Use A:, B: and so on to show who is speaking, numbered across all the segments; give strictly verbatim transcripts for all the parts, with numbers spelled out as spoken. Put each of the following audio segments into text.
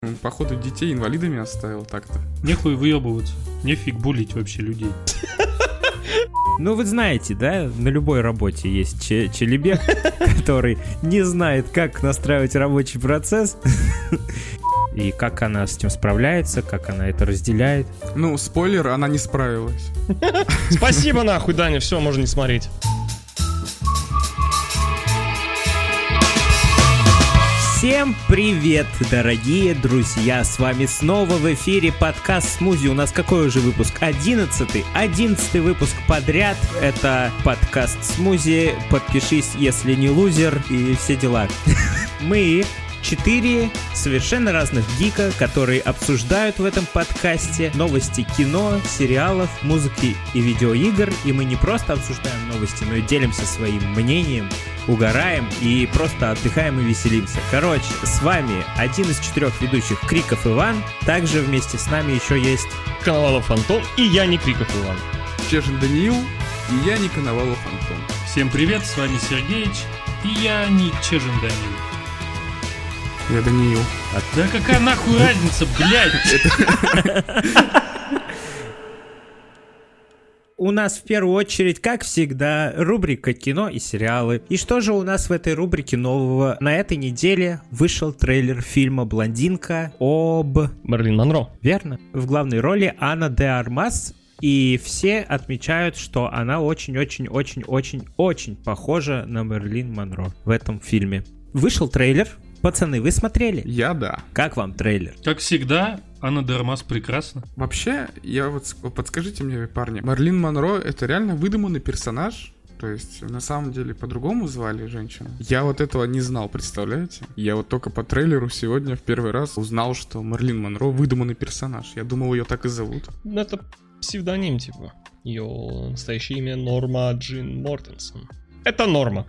A: Он, походу, детей инвалидами оставил так-то.
B: Нехуй выебываться. Нефиг булить вообще людей.
C: Ну, вы знаете, да, на любой работе есть че- челебек, который не знает, как настраивать рабочий процесс, и как она с этим справляется, как она это разделяет.
A: Ну, спойлер, она не справилась.
D: Спасибо нахуй, Даня, все, можно не смотреть.
C: Всем привет, дорогие друзья! С вами снова в эфире подкаст «Смузи». У нас какой уже выпуск? Одиннадцатый. Одиннадцатый выпуск подряд. Это подкаст «Смузи». Подпишись, если не лузер, и все дела. Мы четыре совершенно разных гика, которые обсуждают в этом подкасте новости кино, сериалов, музыки и видеоигр. И мы не просто обсуждаем новости, но и делимся своим мнением, угораем и просто отдыхаем и веселимся. Короче, с вами один из четырех ведущих Криков Иван. Также вместе с нами еще есть
D: Коновалов Антон и я не Криков Иван.
A: Чежин Даниил и я не Коновалов Антон.
B: Всем привет, с вами Сергеич и я не Чежин Даниил.
A: Я Даниил.
B: А да какая нахуй разница, блядь?
C: У нас в первую очередь, как всегда, рубрика «Кино и сериалы». И что же у нас в этой рубрике нового? На этой неделе вышел трейлер фильма «Блондинка» об...
D: Мерлин Монро.
C: Верно. В главной роли Анна де Армас. И все отмечают, что она очень-очень-очень-очень-очень похожа на Мерлин Монро в этом фильме. Вышел трейлер. Пацаны, вы смотрели?
A: Я да.
C: Как вам трейлер?
B: Как всегда, Анна де Армас прекрасна.
A: Вообще, я вот подскажите мне, парни, Мерлин Монро это реально выдуманный персонаж? То есть, на самом деле, по-другому звали женщину? Я вот этого не знал, представляете? Я вот только по трейлеру сегодня в первый раз узнал, что Мерлин Монро выдуманный персонаж. Я думал, ее так и зовут.
D: Ну, это псевдоним, типа. Ее настоящее имя Норма Джин Мортенсон. Это норма.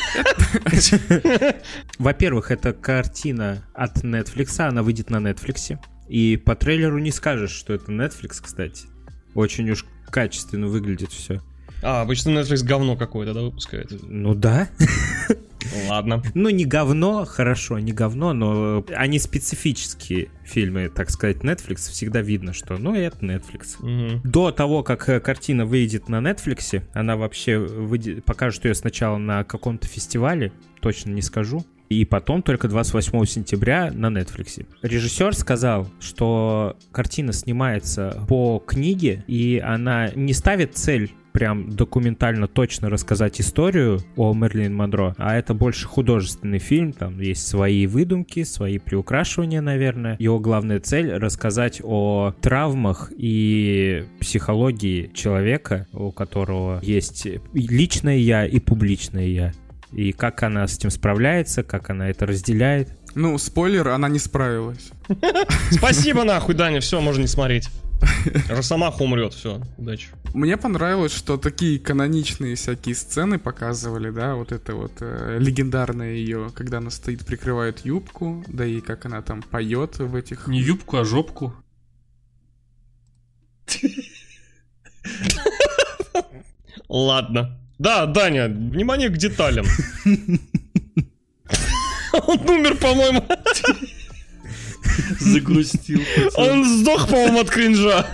C: Во-первых, это картина от Netflix, она выйдет на Netflix. И по трейлеру не скажешь, что это Netflix, кстати. Очень уж качественно выглядит все.
D: А, обычно Netflix говно какое-то, да, выпускает?
C: Ну да.
D: Ладно.
C: Ну не говно, хорошо, не говно, но они специфические фильмы, так сказать, Netflix. Всегда видно, что, ну, это Netflix.
D: Угу.
C: До того, как картина выйдет на Netflix, она вообще выйдет, покажут ее сначала на каком-то фестивале, точно не скажу. И потом только двадцать восьмого сентября на Netflix. Режиссер сказал, что картина снимается по книге, и она не ставит цель прям документально точно рассказать историю о Мерлин Монро, а это больше художественный фильм, там есть свои выдумки, свои приукрашивания, наверное. Его главная цель — рассказать о травмах и психологии человека, у которого есть личное я и публичное я. И как она с этим справляется, как она это разделяет.
A: Ну, спойлер, она не справилась.
D: Спасибо нахуй, Даня, все, можно не смотреть. Росомаха умрет, все, удачи.
A: Мне понравилось, что такие каноничные всякие сцены показывали, да, вот это вот э, легендарное ее, когда она стоит, прикрывает юбку, да и как она там поет в этих...
B: Не юбку, а жопку.
D: Ладно. Да, Даня, внимание к деталям. Он умер, по-моему.
B: Загрустил.
D: Он сдох, по-моему, от кринжа.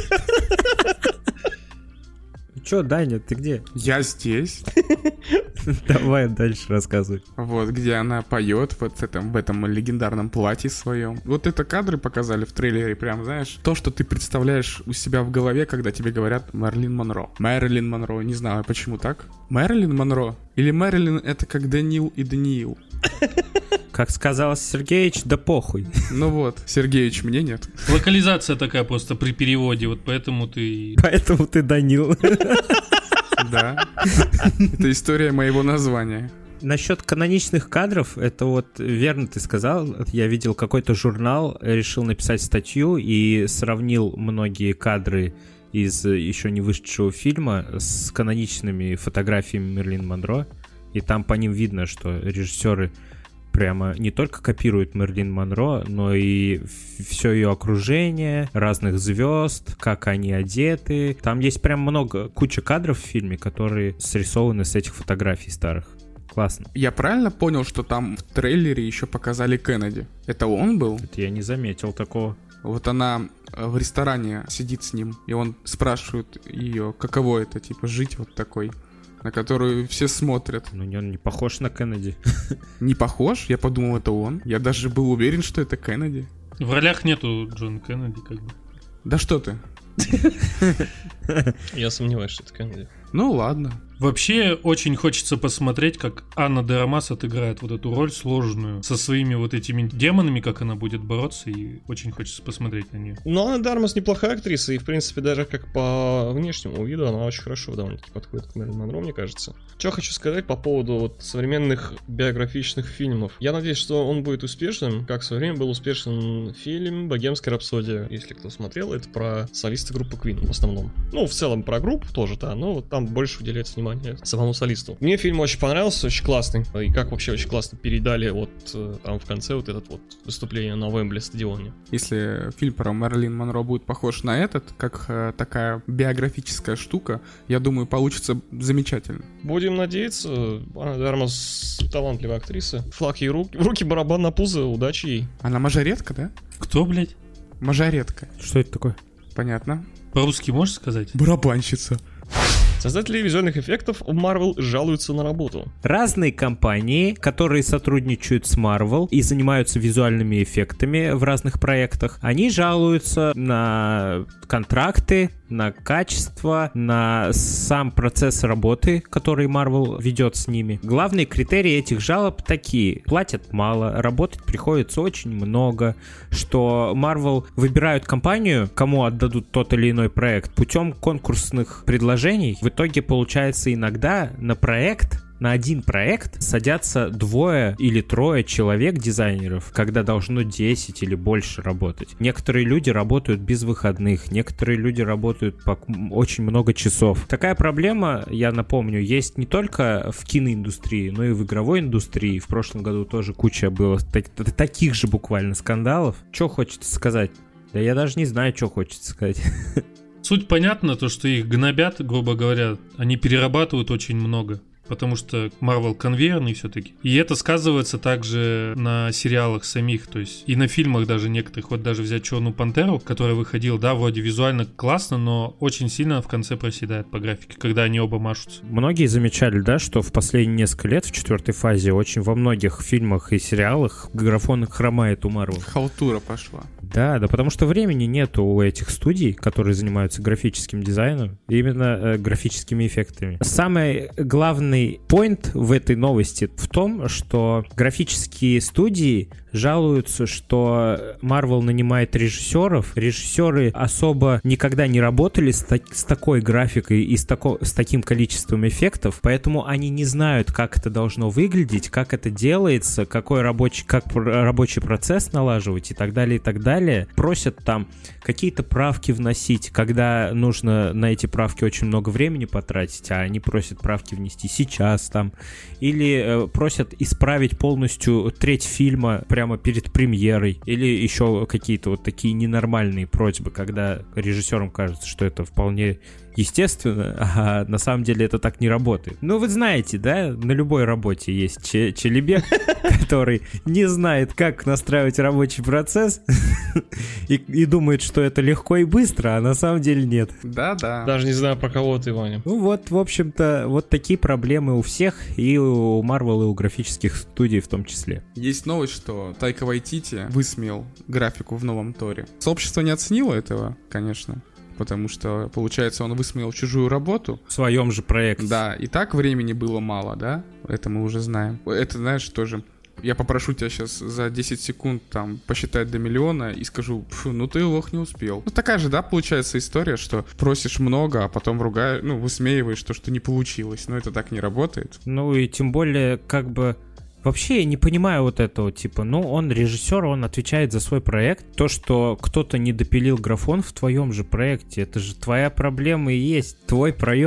C: Чё, Даня, ты где?
A: Я здесь.
C: Давай дальше рассказывай.
A: Вот, где она поет вот в этом, в этом легендарном платье своем. Вот это кадры показали в трейлере, прям, знаешь, то, что ты представляешь у себя в голове, когда тебе говорят Мерлин Монро. Мэрилин Монро, не знаю, почему так. Мэрилин Монро? Или Мэрилин это как Даниил и Даниил?
C: Как сказал Сергеич, да похуй.
A: Ну вот, Сергеич, мне нет.
B: Локализация такая просто при переводе, вот поэтому ты...
C: Поэтому ты Данил.
A: Да. Это история моего названия.
C: Насчет каноничных кадров, это вот верно ты сказал. Я видел какой-то журнал, решил написать статью и сравнил многие кадры из еще не вышедшего фильма с каноничными фотографиями Мерлин Монро. И там по ним видно, что режиссеры прямо не только копируют Мерлин Монро, но и все ее окружение, разных звезд, как они одеты. Там есть прям много, куча кадров в фильме, которые срисованы с этих фотографий старых. Классно.
A: Я правильно понял, что там в трейлере еще показали Кеннеди? Это он был?
C: Это я не заметил такого.
A: Вот она в ресторане сидит с ним, и он спрашивает ее, каково это, типа, жить вот такой, на которую все смотрят.
C: Ну, он не похож на Кеннеди.
A: Не похож? Я подумал, это он. Я даже был уверен, что это Кеннеди.
B: В ролях нету Джона Кеннеди, как бы.
A: Да что ты?
D: Я сомневаюсь, что это Кеннеди.
A: Ну ладно.
B: Вообще, очень хочется посмотреть, как Анна де Армас отыграет вот эту роль сложную, со своими вот этими демонами, как она будет бороться, и очень хочется посмотреть на нее.
D: Но Анна де Армас неплохая актриса, и, в принципе, даже как по внешнему виду она очень хорошо довольно-таки подходит к Мэрилин Монро, мне кажется. Что хочу сказать по поводу вот современных биографичных фильмов. Я надеюсь, что он будет успешным, как в свое время был успешен фильм «Богемская рапсодия». Если кто смотрел, это про солиста группы Queen в основном. Ну, в целом про группу тоже, да, но вот там больше уделяется внимание самому солисту. Мне фильм очень понравился, очень классный. И как вообще очень классно передали вот там в конце вот этот вот выступление на Уэмбли стадионе.
A: Если фильм про Мэрилин Монро будет похож на этот, как э, такая биографическая штука, я думаю, получится замечательно.
D: Будем надеяться. Анна де Армас талантливая актриса. Флаг ей руки, руки, барабан на пузо, удачи ей.
A: Она мажоретка, да?
B: Кто, блядь?
A: Мажоретка.
C: Что это такое?
A: Понятно.
B: По-русски можешь сказать?
A: Барабанщица.
D: Создатели визуальных эффектов в Marvel жалуются на работу.
C: Разные компании, которые сотрудничают с Marvel и занимаются визуальными эффектами в разных проектах, они жалуются на контракты, на качество, на сам процесс работы, который Marvel ведет с ними. Главные критерии этих жалоб такие: платят мало, работать приходится очень много, что Marvel выбирают компанию, кому отдадут тот или иной проект, путем конкурсных предложений. В итоге получается иногда на проект, на один проект садятся двое или трое человек-дизайнеров, когда должно десять или больше работать. Некоторые люди работают без выходных, некоторые люди работают по очень много часов. Такая проблема, я напомню, есть не только в киноиндустрии, но и в игровой индустрии. В прошлом году тоже куча было так- таких же буквально скандалов. Что хочется сказать? Да я даже не знаю, что хочется сказать.
B: Суть понятна, то, что их гнобят, грубо говоря, они перерабатывают очень много. Потому что Marvel конвейерный все-таки. И это сказывается также на сериалах самих, то есть и на фильмах даже некоторых. Вот даже взять «Черную пантеру», которая выходила, да, вроде визуально классно, но очень сильно в конце проседает по графике, когда они оба машутся.
C: Многие замечали, да, что в последние несколько лет, в четвертой фазе, очень во многих фильмах и сериалах графон хромает у Marvel.
A: Халтура пошла.
C: Да, да потому что времени нету у этих студий, которые занимаются графическим дизайном, именно э, графическими эффектами. Самый главный поинт в этой новости в том, что графические студии жалуются, что Marvel нанимает режиссеров. Режиссеры особо никогда не работали с, так, с такой графикой и с, тако, с таким количеством эффектов, поэтому они не знают, как это должно выглядеть, как это делается, какой рабочий, как рабочий процесс налаживать и так далее, и так далее. Просят там какие-то правки вносить, когда нужно на эти правки очень много времени потратить, а они просят правки внести сейчас там. Или э, просят исправить полностью треть фильма прямо перед премьерой. Или еще какие-то вот такие ненормальные просьбы, когда режиссерам кажется, что это вполне естественно, а на самом деле это так не работает. Ну, вы знаете, да, на любой работе есть че- челебек, который не знает, как настраивать рабочий процесс и, и думает, что это легко и быстро, а на самом деле нет.
A: Да-да.
D: Даже не знаю, про кого ты, Ваня.
C: Ну вот, в общем-то, вот такие проблемы у всех, и у Marvel, и у графических студий в том числе.
A: Есть новость, что Тайка Вайтити высмеял графику в новом Торе. Сообщество не оценило этого, конечно. Потому что, получается, он высмеял чужую работу.
C: В своем же проекте.
A: Да, и так времени было мало, да? Это мы уже знаем. Это, знаешь, тоже... Я попрошу тебя сейчас за десять секунд там посчитать до миллиона и скажу, ну ты, лох, не успел. Ну такая же, да, получается история, что просишь много, а потом ругаешь, ну, высмеиваешь то, что не получилось. Но это так не работает.
C: Ну и тем более, как бы... Вообще я не понимаю вот этого, типа, ну, он режиссер, он отвечает за свой проект. То, что кто-то не допилил графон в твоем же проекте, это же твоя проблема и есть, твой проеб.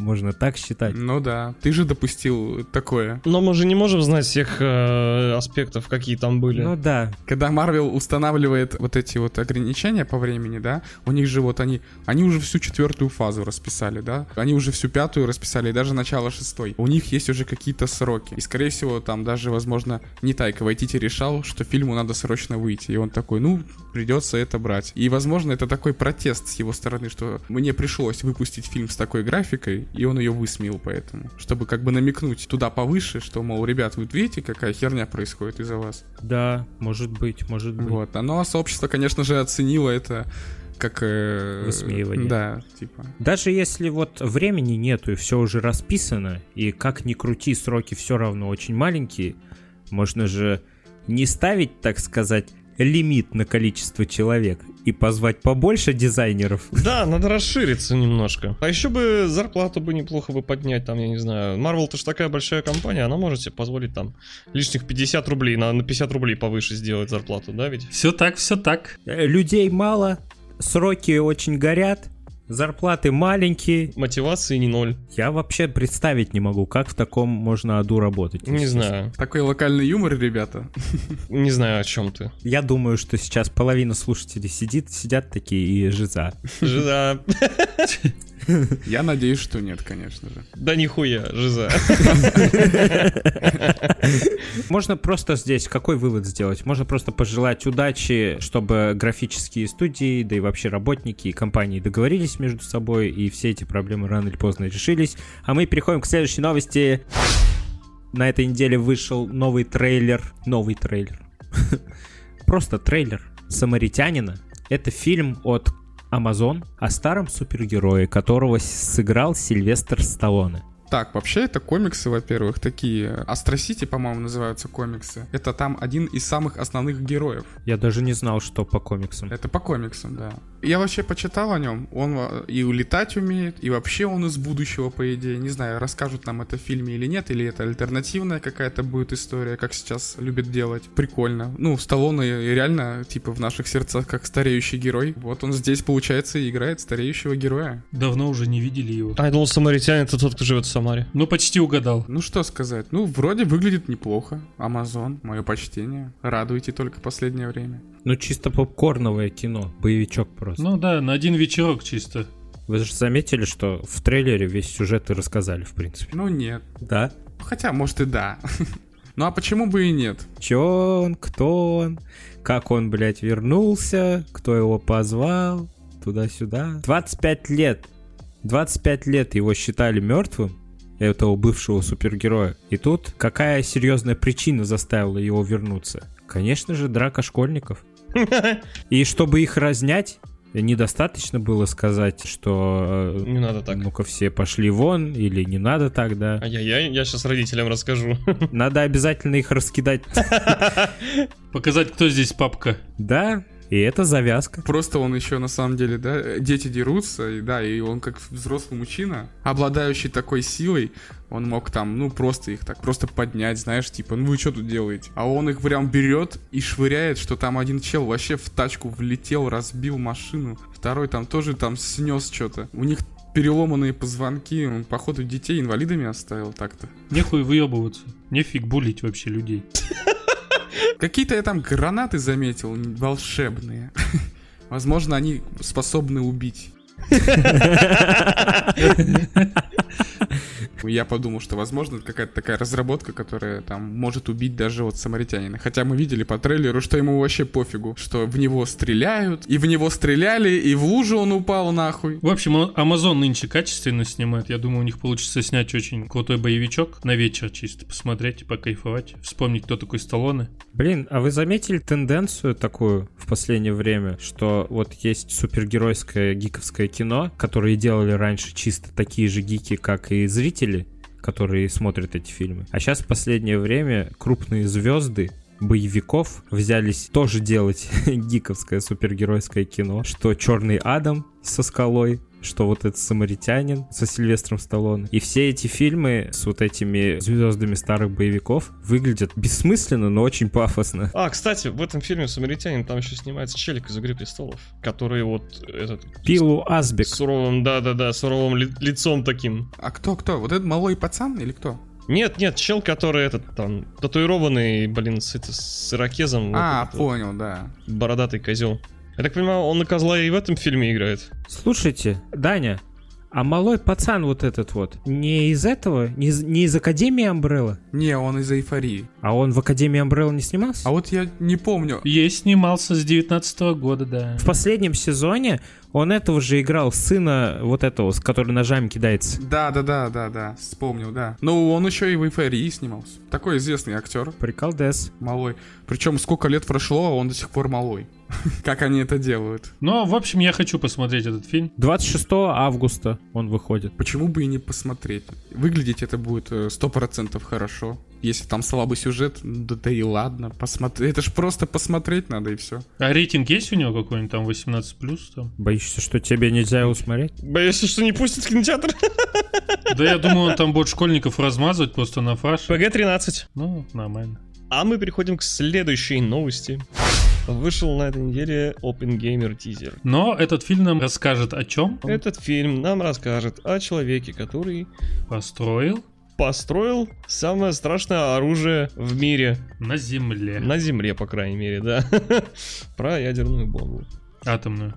C: Можно так считать.
A: Ну да, ты же допустил такое.
D: Но мы же не можем знать всех э, аспектов, какие там были.
C: Ну да.
A: Когда Marvel устанавливает вот эти вот ограничения по времени, да, у них же вот они, они уже всю четвертую фазу расписали, да, они уже всю пятую расписали, и даже начало шестой. У них есть уже какие-то сроки. И, скорее всего, там даже, возможно, не Тайка Вайтити решал, что фильму надо срочно выйти. И он такой, ну, придется это брать. И, возможно, это такой протест с его стороны, что мне пришлось выпустить фильм с такой графикой, и он ее высмеял поэтому. Чтобы как бы намекнуть туда повыше, что, мол, ребят, вы видите, какая херня происходит из-за вас.
C: Да, может быть, может быть.
A: Вот. Но сообщество, конечно же, оценило это как... Э,
C: высмеивание.
A: Да, типа.
C: Даже если вот времени нету и все уже расписано, и как ни крути, сроки все равно очень маленькие, можно же не ставить, так сказать, лимит на количество человек и позвать побольше дизайнеров.
D: Да, надо расшириться немножко. А еще бы зарплату бы неплохо бы поднять, там, я не знаю. Marvel-то ж такая большая компания, она может себе позволить там лишних пятьдесят рублей, на, на пятьдесят рублей повыше сделать зарплату, да ведь?
B: Все так, все так.
C: Людей мало, сроки очень горят, зарплаты маленькие.
D: Мотивации не ноль.
C: Я вообще представить не могу, как в таком можно аду работать.
D: Не знаю.
A: Такой локальный юмор, ребята.
D: Не знаю, о чем ты.
C: Я думаю, что сейчас половина слушателей сидит, сидят такие и жиза.
D: Жиза.
A: Я надеюсь, что нет, конечно же.
D: Да нихуя, жиза.
C: Можно просто здесь какой вывод сделать? Можно просто пожелать удачи, чтобы графические студии, да и вообще работники и компании договорились между собой, и все эти проблемы рано или поздно решились. А мы переходим к следующей новости. На этой неделе вышел новый трейлер. Новый трейлер. Просто трейлер «Самаритянина». Это фильм от Amazon о старом супергерое, которого сыграл Сильвестр Сталлоне.
A: Так, вообще это комиксы, во-первых, такие. Астро Сити, по-моему, называются комиксы. Это там один из самых основных героев.
C: Я даже не знал, что по комиксам.
A: Это по комиксам, да. Я вообще почитал о нем. Он и улетать умеет, и вообще он из будущего, по идее. Не знаю, расскажут нам это в фильме или нет, или это альтернативная какая-то будет история, как сейчас любят делать. Прикольно. Ну, Сталлоне реально, типа, в наших сердцах как стареющий герой. Вот он здесь, получается, и играет стареющего героя.
B: Давно уже не видели его.
D: А я думал, самаритянин — это тот, кто живет в Самаре.
B: Ну, почти угадал.
A: Ну, что сказать. Ну, вроде выглядит неплохо. Amazon, мое почтение. Радуете только последнее время.
C: Ну, чисто попкорновое кино. Боевичок просто.
B: Ну да, на один вечерок чисто.
C: Вы же заметили, что в трейлере весь сюжет и рассказали, в принципе.
A: Ну, нет.
C: Да.
A: Хотя, может, и да. Ну, а почему бы и нет?
C: Чё он, кто он, как он, блядь, вернулся, кто его позвал, туда-сюда. двадцать пять лет. двадцать пять лет его считали мертвым, этого бывшего супергероя. И тут какая серьезная причина заставила его вернуться? Конечно же, драка школьников. И чтобы их разнять, недостаточно было сказать, что
D: не надо так.
C: Ну-ка все пошли вон, или не надо так, да.
D: Ай-яй-яй, я сейчас родителям расскажу.
C: Надо обязательно их раскидать.
B: Показать, кто здесь папка.
C: Да, и это завязка.
A: Просто он еще на самом деле, да, дети дерутся, и да, и он как взрослый мужчина, обладающий такой силой, он мог там, ну, просто их так, просто поднять, знаешь, типа, ну вы что тут делаете? А он их прям берет и швыряет, что там один чел вообще в тачку влетел, разбил машину, второй там тоже там снес что-то. У них переломанные позвонки, он, походу, детей инвалидами оставил так-то.
B: Нехуй выебываться, нефиг булить вообще людей.
A: Какие-то я там гранаты заметил, волшебные. Возможно, они способны убить. Я подумал, что, возможно, это какая-то такая разработка, которая там может убить даже вот самаритянина. Хотя мы видели по трейлеру, что ему вообще пофигу, что в него стреляют, и в него стреляли, и в лужу он упал нахуй.
B: В общем, Amazon нынче качественно снимает. Я думаю, у них получится снять очень крутой боевичок на вечер чисто, посмотреть и покайфовать, вспомнить, кто такой Сталлоне.
C: Блин, а вы заметили тенденцию такую в последнее время, что вот есть супергеройское гиковское кино, которое делали раньше чисто такие же гики, как и зрители, которые смотрят эти фильмы. А сейчас в последнее время крупные звезды боевиков взялись тоже делать гиковское супергеройское кино, что Черный Адам со Скалой, что вот этот «Самаритянин» со Сильвестром Сталлоне. И все эти фильмы с вот этими звездами старых боевиков выглядят бессмысленно, но очень пафосно.
D: А, кстати, в этом фильме «Самаритянин» там еще снимается челик из «Игры престолов», который вот этот...
C: Пилу Асбек.
D: Суровым, да-да-да, суровым ли- лицом таким.
A: А кто, кто? Вот этот малой пацан или кто?
D: Нет, нет, чел, который этот там татуированный, блин, с, это, с ирокезом.
A: А,
D: вот
A: понял, вот, да.
D: бородатый козел. Я так понимаю, он на козла и в этом фильме играет.
C: Слушайте, Даня, а малой пацан вот этот вот, не из этого, не из, не из Академии Амбрелла?
A: Не, он из «Эйфории».
C: А он в Академии Амбрелла не снимался?
A: А вот я не помню.
B: Есть, снимался с девятнадцатого года, да.
C: В последнем сезоне он этого же играл, сына вот этого, с который ножами кидается.
A: Да, да, да, да, да, вспомнил, да. Ну, он еще и в «Эйфории» снимался. Такой известный актер,
C: Приколдес.
A: малой. Причем сколько лет прошло, а он до сих пор малой. Как они это делают?
B: Но, в общем, я хочу посмотреть этот фильм.
C: двадцать шестого августа он выходит.
A: Почему бы и не посмотреть? Выглядеть это будет сто процентов хорошо. Если там слабый сюжет, да, да и ладно, посмотри. Это ж просто посмотреть надо и все.
B: А рейтинг есть у него какой-нибудь там восемнадцать плюс там?
C: Боишься, что тебе нельзя его смотреть?
D: Боишься, что не пустят в кинотеатр?
B: Да я думаю, он там будет школьников размазывать просто на фарш.
D: пэ гэ тринадцать.
B: Ну, нормально.
D: А мы переходим к следующей новости. Вышел на этой неделе Оппенгеймер тизер.
B: Но этот фильм нам расскажет о чем?
D: Этот фильм нам расскажет о человеке, который
B: Построил
D: построил самое страшное оружие в мире.
B: на Земле.
D: На Земле, по крайней мере, да. Про ядерную бомбу.
B: Атомную.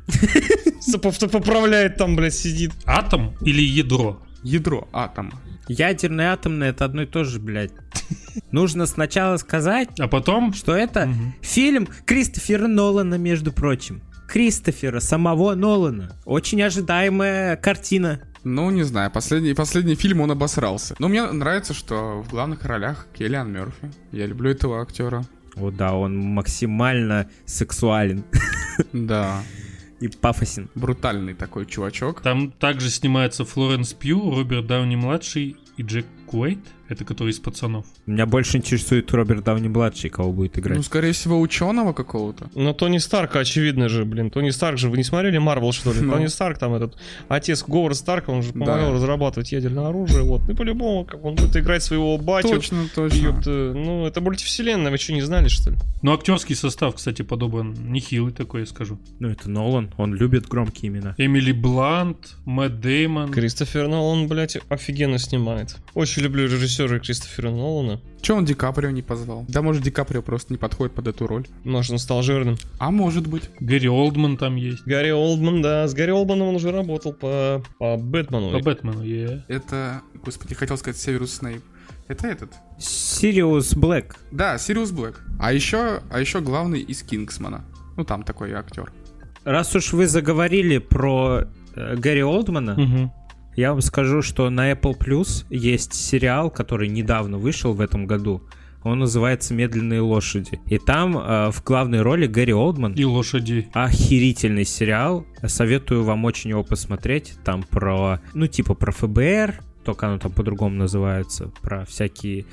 D: Поправляет там, блядь, сидит.
B: Атом или ядро?
A: Ядро атома.
C: Ядерное, атомное — это одно и то же, блядь. Нужно сначала сказать,
B: А потом...
C: что это
B: Мгм.
C: фильм Кристофера Нолана, между прочим. Кристофера, самого Нолана. Очень ожидаемая картина.
A: Ну, не знаю, последний, последний фильм он обосрался. Но мне нравится, что в главных ролях Киллиан Мёрфи. Я люблю этого актера.
C: Вот да, он максимально сексуален
A: Да,
C: и пафосен.
A: брутальный такой чувачок.
B: Там также снимается Флоренс Пью, Роберт Дауни-младший и Джек Куэйт. Это который из «Пацанов».
C: Меня больше интересует Роберт Дауни-младший, кого будет играть.
A: Ну, скорее всего, ученого какого-то.
D: Но Тони Старк, очевидно же, блин. Тони Старк же, вы не смотрели Марвел, что ли?
A: Ну.
D: Тони Старк, там этот отец Говарда Старка, он же помогал
A: Да.
D: разрабатывать ядерное оружие. Вот. Ну, по-любому, как он будет играть своего батю.
A: Точно, точно.
D: Ёпта. Ну, это мультивселенная, вы что, не знали, что ли?
B: Но актерский состав, кстати, подобран нехилый такой, я скажу.
C: Ну, это Нолан, он любит громкие имена.
B: Эмили Блант, Мэтт Деймон.
D: Кристофер Нолан, блядь, офигенно снимает. Очень люблю режиссера Кристофера Нолана.
A: Че он Ди Каприо не позвал? Да, может, Ди Каприо просто не подходит под эту роль.
D: Может, он стал жирным.
A: А может быть.
B: Гэри Олдман там есть.
D: Гарри Олдман, да. С Гарри Олдманом он уже работал по, по Бэтмену.
B: По Бэтмену, е.
A: Это, господи, хотел сказать Северус Снейп. Это этот.
C: Сириус Блэк.
A: Да, Сириус Блэк. А еще, а еще главный из Кингсмана. Ну, там такой актер.
C: Раз уж вы заговорили про э, Гэри Олдмана,
B: Мгм.
C: я вам скажу, что на Apple Plus есть сериал, который недавно вышел в этом году. Он называется «Медленные лошади». И там э, в главной роли Гэри Олдман.
B: И лошади.
C: Охерительный сериал. Советую вам очень его посмотреть. Там про, ну, типа про эф бэ эр, только оно там по-другому называется. Про всякие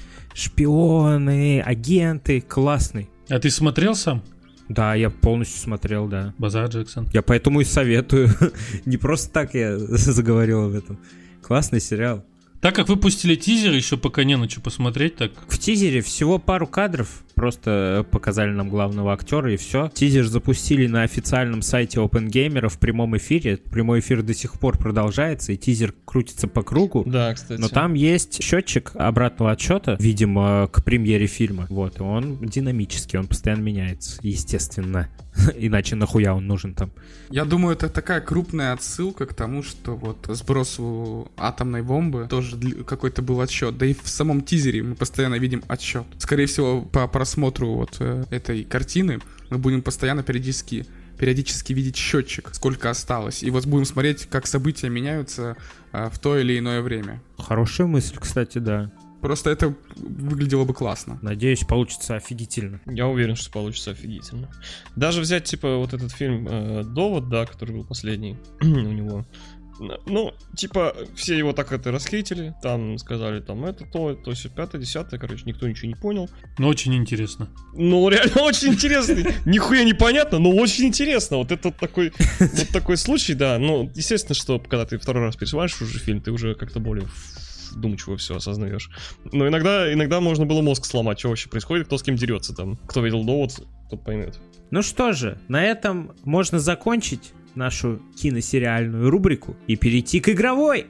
C: шпионы, агенты. Классный.
B: А ты смотрел сам?
C: Да, я полностью смотрел, да.
B: Базар Джексон.
C: Я поэтому и советую. Не просто так я заговорил об этом. Классный сериал.
B: Так как выпустили тизер, еще пока не на что посмотреть, так...
C: В тизере всего пару кадров. Просто показали нам главного актера и все. Тизер запустили на официальном сайте Оппенгеймера в прямом эфире. Прямой эфир до сих пор продолжается, и тизер крутится по кругу.
D: Да, кстати.
C: Но там есть счетчик обратного отсчета, видимо, к премьере фильма. Вот, и он динамический, он постоянно меняется, естественно. Иначе нахуя он нужен там?
A: Я думаю, это такая крупная отсылка к тому, что вот сбросу атомной бомбы тоже дли- какой-то был отсчет. Да и в самом тизере мы постоянно видим отсчет. Скорее всего, по просмотру вот э, этой картины мы будем постоянно периодически, периодически видеть счетчик, сколько осталось. И вот будем смотреть, как события меняются э, в то или иное время.
C: Хорошая мысль, кстати, да.
A: Просто это выглядело бы классно.
C: Надеюсь, получится офигительно.
D: Я уверен, что получится офигительно. Даже взять, типа, вот этот фильм э, «Довод», да, который был последний у него. Ну, типа, все его так это расхейтили, там сказали, там это, то, то, все, пятое, десятое, короче, никто ничего не понял.
B: Ну, очень интересно.
D: Ну, реально очень интересно. Нихуя непонятно, но очень интересно. Вот это такой, вот такой случай, да. Ну, естественно, что когда ты второй раз пересматриваешь уже фильм, ты уже как-то более вдумчиво все осознаешь. Но иногда, иногда можно было мозг сломать, что вообще происходит, кто с кем дерется там. Кто видел довод, тот поймет.
C: Ну что же, на этом можно закончить нашу киносериальную рубрику и перейти к игровой.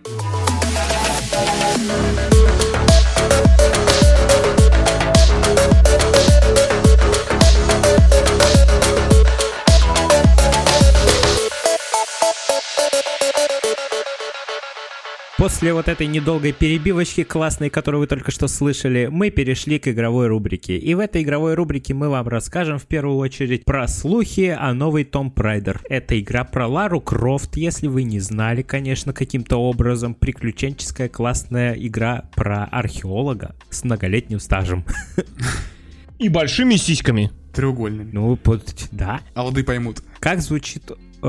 C: После вот этой недолгой перебивочки классной, которую вы только что слышали, мы перешли к игровой рубрике. И в этой игровой рубрике мы вам расскажем в первую очередь про слухи о новой Tomb Raider. Это игра про Лару Крофт, если вы не знали, конечно, каким-то образом. Приключенческая классная игра про археолога с многолетним стажем.
D: И большими сиськами.
A: Треугольными.
C: Ну, под... да.
A: А лады поймут.
C: Как звучит...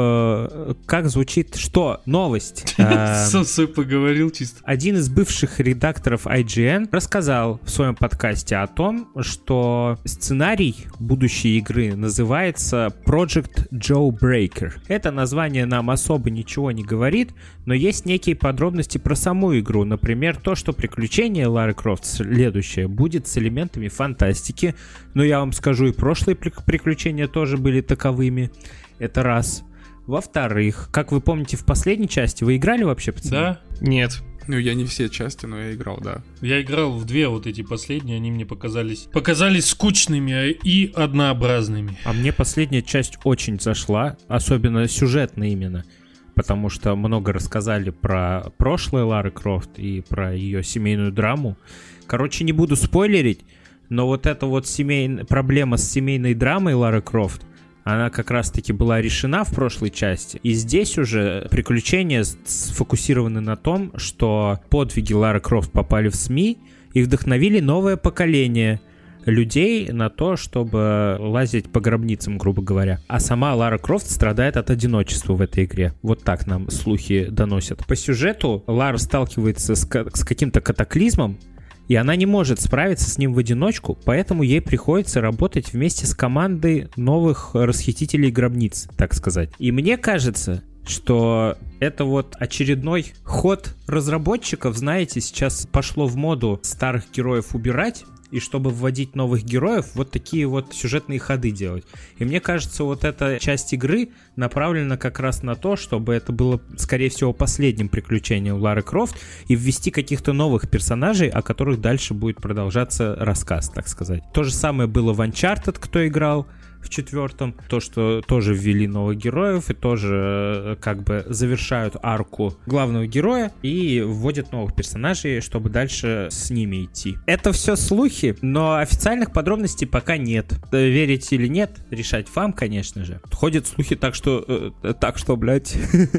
C: Э, как звучит, что? Новость.
B: Сам собой поговорил чисто.
C: Один из бывших редакторов ай джи эн рассказал в своем подкасте о том, что сценарий будущей игры называется Project Jawbreaker. Это название нам особо ничего не говорит, но есть некие подробности про саму игру. Например, то, что приключение Лары Крофт следующее будет с элементами фантастики. Но я вам скажу, и прошлые приключения тоже были таковыми. Это раз. Во-вторых, как вы помните, в последней части вы играли вообще, пацаны?
B: Да.
D: Нет.
A: Ну, я не все части, но я играл, да.
B: Я играл в две вот эти последние, они мне показались показались скучными и однообразными.
C: А мне последняя часть очень зашла, особенно сюжетно именно, потому что много рассказали про прошлое Лары Крофт и про ее семейную драму. Короче, не буду спойлерить, но вот эта вот семей... проблема с семейной драмой Лары Крофт, она как раз-таки была решена в прошлой части. И здесь уже приключения сфокусированы на том, что подвиги Лары Крофт попали в СМИ и вдохновили новое поколение людей на то, чтобы лазить по гробницам, грубо говоря. А сама Лара Крофт страдает от одиночества в этой игре. Вот так нам слухи доносят. По сюжету Лара сталкивается с, с каким-то катаклизмом, и она не может справиться с ним в одиночку, поэтому ей приходится работать вместе с командой новых расхитителей гробниц, так сказать. И мне кажется, что это вот очередной ход разработчиков, знаете, сейчас пошло в моду старых героев убирать, и чтобы вводить новых героев, вот такие вот сюжетные ходы делать. И мне кажется, вот эта часть игры направлена как раз на то, чтобы это было, скорее всего, последним приключением Лары Крофт, и ввести каких-то новых персонажей, о которых дальше будет продолжаться рассказ, так сказать. То же самое было в Uncharted, кто играл в четвертом, то, что тоже ввели новых героев и тоже как бы завершают арку главного героя и вводят новых персонажей, чтобы дальше с ними идти. Это все слухи, но официальных подробностей пока нет. Верить или нет, решать вам, конечно же. Ходят слухи так, что... Э, так что, блядь...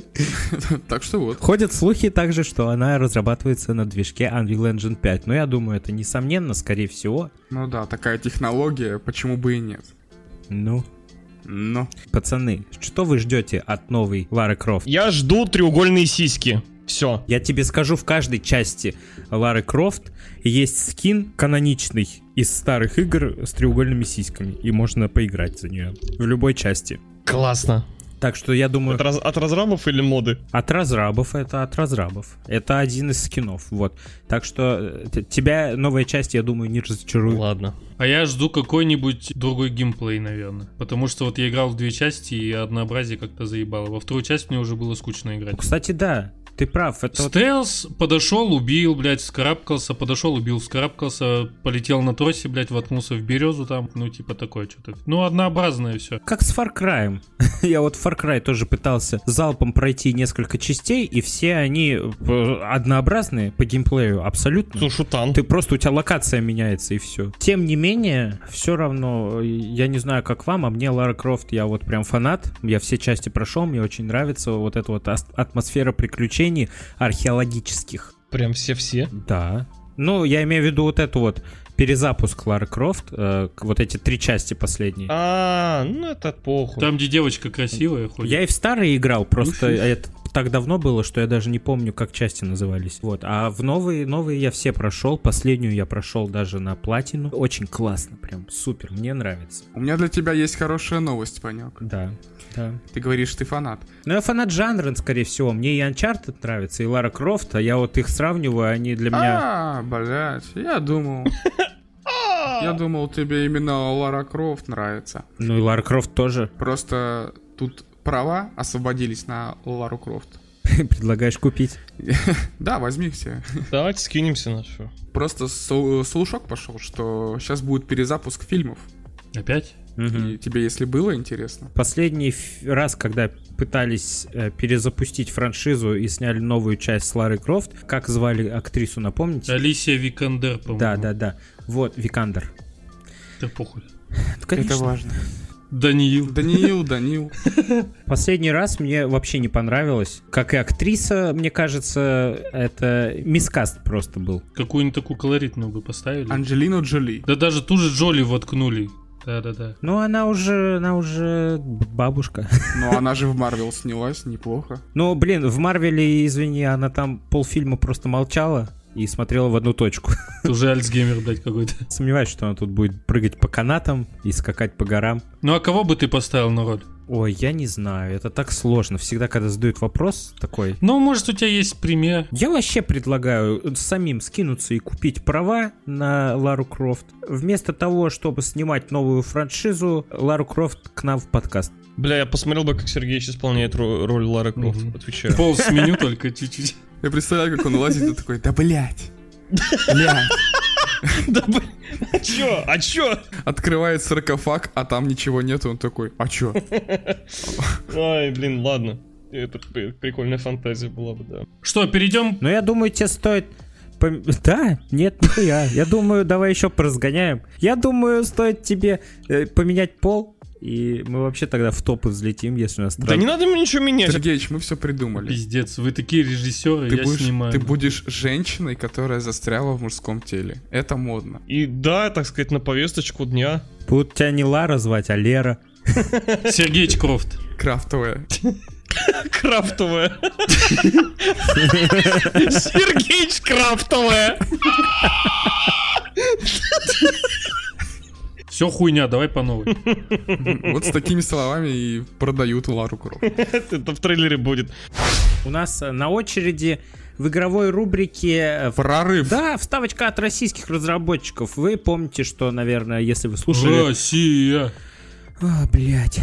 A: Так что вот.
C: Ходят слухи также, что она разрабатывается на движке Unreal Engine пять. Но я думаю, это несомненно, скорее всего.
A: Ну да, такая технология, почему бы и нет.
C: Ну,
A: но.
C: Пацаны, что вы ждете от новой Лары Крофт?
D: Я жду треугольные сиськи. Все.
C: Я тебе скажу, в каждой части Лары Крофт есть скин каноничный из старых игр с треугольными сиськами, и можно поиграть за нее в любой части.
D: Классно.
C: Так что я думаю...
D: От, раз, от разрабов или моды?
C: От разрабов, это от разрабов. Это один из скинов, вот. Так что тебя новая часть, я думаю, не разочарует.
D: Ладно.
B: А я жду какой-нибудь другой геймплей, наверное. Потому что вот я играл в две части, и однообразие как-то заебало. Во вторую часть мне уже было скучно играть.
C: Кстати, да. Ты прав, это
B: Стелс, вот... подошел, убил, блядь, вскарабкался, подошел, убил, вскарабкался, полетел на тросе, блядь, воткнулся в березу там, ну, типа такое что-то. Ну, однообразное все.
C: Как с Far Cry. Я вот в Far Cry тоже пытался залпом пройти несколько частей, и все они однообразные по геймплею, абсолютно.
D: Ну, шутан.
C: Ты просто, у тебя локация меняется, и все. Тем не менее, все равно, я не знаю, как вам, а мне Лара Крофт, я вот прям фанат, я все части прошел, мне очень нравится вот эта вот атмосфера приключений археологических.
D: Прям все-все?
C: Да. Ну, я имею в виду вот эту вот перезапуск Лары Крофт, э, вот эти три части последние.
D: А, ну это похуй.
B: Там, где девочка красивая ходит.
C: Я и в старые играл, просто этот так давно было, что я даже не помню, как части назывались. Вот. А в новые, новые я все прошел. Последнюю я прошел даже на платину. Очень классно, прям супер, мне нравится.
A: У меня для тебя есть хорошая новость, Панек.
C: Да, да.
A: Ты говоришь, ты фанат.
C: Ну, я фанат жанра, скорее всего. Мне и Uncharted нравится, и Лара Крофт, а я вот их сравниваю, они для меня...
A: А, блядь, я думал... Я думал, тебе именно Лара Крофт нравится.
C: Ну и Лара Крофт тоже.
A: Просто тут права освободились на Лару Крофт.
C: Предлагаешь купить?
A: Да, возьми все.
D: Давайте скинемся на что.
A: Просто слушок пошел, что сейчас будет перезапуск фильмов.
B: Опять?
A: И тебе, если было интересно.
C: Последний ф- раз, когда пытались э, перезапустить франшизу и сняли новую часть с Ларой Крофт, как звали актрису, напомните?
B: Алисия Викандер, по-моему.
C: Да, да, да. Вот, Викандер.
B: Да похуй.
C: Ну, конечно.
A: Это важно.
B: Даниил.
A: Даниил, Даниил.
C: Последний раз мне вообще не понравилось. Как и актриса, мне кажется, это мискаст просто был.
B: Какую-нибудь такую колоритную бы поставили.
A: Анджелину Джоли.
B: Да даже ту же Джоли воткнули. Да-да-да.
C: Ну, она уже, она уже бабушка.
A: Но она же в Марвел снялась, неплохо.
C: Ну, блин, в Марвеле, извини, она там полфильма просто молчала и смотрела в одну точку.
B: Уже Альцгеймер, блядь, какой-то.
C: Сомневаюсь, что она тут будет прыгать по канатам и скакать по горам.
B: Ну а кого бы ты поставил на роль?
C: Ой, я не знаю, это так сложно. Всегда, когда задают вопрос такой...
B: Ну, может, у тебя есть пример.
C: Я вообще предлагаю самим скинуться и купить права на Лару Крофт. Вместо того, чтобы снимать новую франшизу, Лару Крофт к нам в подкаст.
D: Бля, я посмотрел бы, как Сергеич исполняет ро- роль Лары Крофт,
B: Мгм.
D: отвечаю.
B: Пол сменю только чуть-чуть.
A: Я представляю, как он лазит и такой, да блять. Блять.
D: Да блин, а чё? А чё?
A: Открывает саркофаг, а там ничего нету, он такой, а чё?
D: Ай, блин, ладно. Это при- прикольная фантазия была бы, да.
B: Что, перейдем?
C: Но я думаю, тебе стоит... пом- Да, нет, нихуя. Я думаю, давай еще поразгоняем. Я думаю, стоит тебе э, поменять пол, и мы вообще тогда в топы взлетим, если у нас...
D: Да не надо мне ничего менять.
A: Сергеич, мы все придумали.
B: Пиздец, вы такие режиссеры,
A: Ты
B: я
A: будешь,
B: снимаю.
A: ты будешь женщиной, которая застряла в мужском теле. Это модно.
D: И да, так сказать, на повесточку дня.
C: Будут тебя не Лара звать, а Лера.
B: Сергеич Крофт.
A: Крафтовая.
D: Крафтовая. Сергеич Крафтовая.
B: Все хуйня, давай по новой.
A: Вот с такими словами и продают Лару Крофт.
D: Это в трейлере будет.
C: У нас э, на очереди в игровой рубрике... э, в-
A: Прорыв.
C: Да, вставочка от российских разработчиков. Вы помните, что, наверное, если вы слушали...
B: Россия.
C: А, блядь.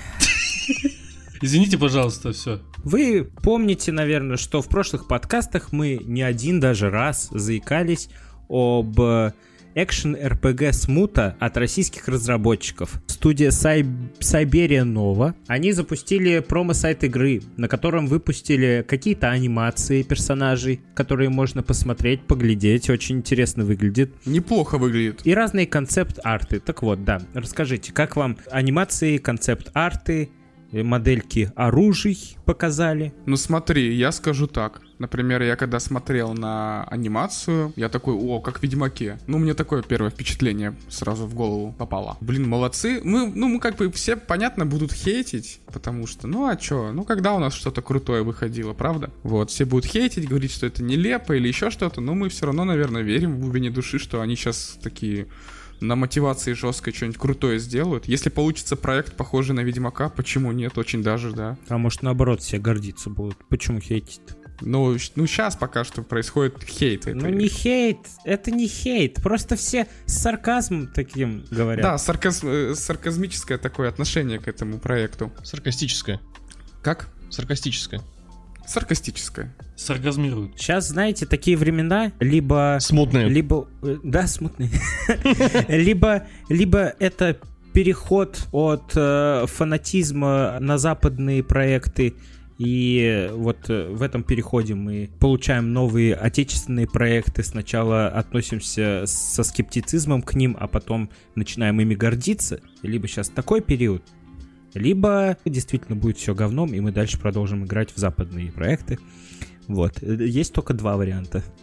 B: Извините, пожалуйста, все.
C: Вы помните, наверное, что в прошлых подкастах мы не один даже раз заикались об э, экшен-эр пи джи Смута от российских разработчиков. Студия Cy- Siberia Nova. Они запустили промо-сайт игры, на котором выпустили какие-то анимации персонажей, которые можно посмотреть, поглядеть. Очень интересно выглядит.
A: Неплохо выглядит.
C: И разные концепт-арты. Так вот, да, расскажите, как вам анимации, концепт-арты, э, модельки оружий показали?
A: Ну смотри, я скажу так. Например, я когда смотрел на анимацию, я такой, о, как в Ведьмаке. Ну, мне такое первое впечатление сразу в голову попало. Блин, молодцы. Мы, ну, мы как бы все, понятно, будут хейтить, потому что, ну, а чё? Ну, когда у нас что-то крутое выходило, правда? Вот, все будут хейтить, говорить, что это нелепо или еще что-то, но мы все равно, наверное, верим в глубине души, что они сейчас такие... на мотивации жесткой что-нибудь крутое сделают. Если получится проект, похожий на Ведьмака, почему нет? Очень даже, да.
C: А может, наоборот, все гордиться будут? Почему хейтить-то?
A: Ну, щ- ну сейчас пока что происходит хейт.
C: Ну
A: этой-
C: не хейт, это не хейт, просто все с сарказмом таким говорят.
A: Да, сарказ- э, сарказмическое такое отношение к этому проекту.
D: Саркастическое.
A: Как?
D: Саркастическое.
A: Саркастическое.
B: Сарказмируют.
C: Сейчас, знаете, такие времена, либо...
D: Смутное.
C: Либо... э, Да, смутные. Либо, либо это переход от э, фанатизма на западные проекты, и вот э, в этом переходе мы получаем новые отечественные проекты, сначала относимся со скептицизмом к ним, а потом начинаем ими гордиться. Либо сейчас такой период, либо действительно будет все говном, и мы дальше продолжим играть в западные проекты. Вот. Есть только два варианта.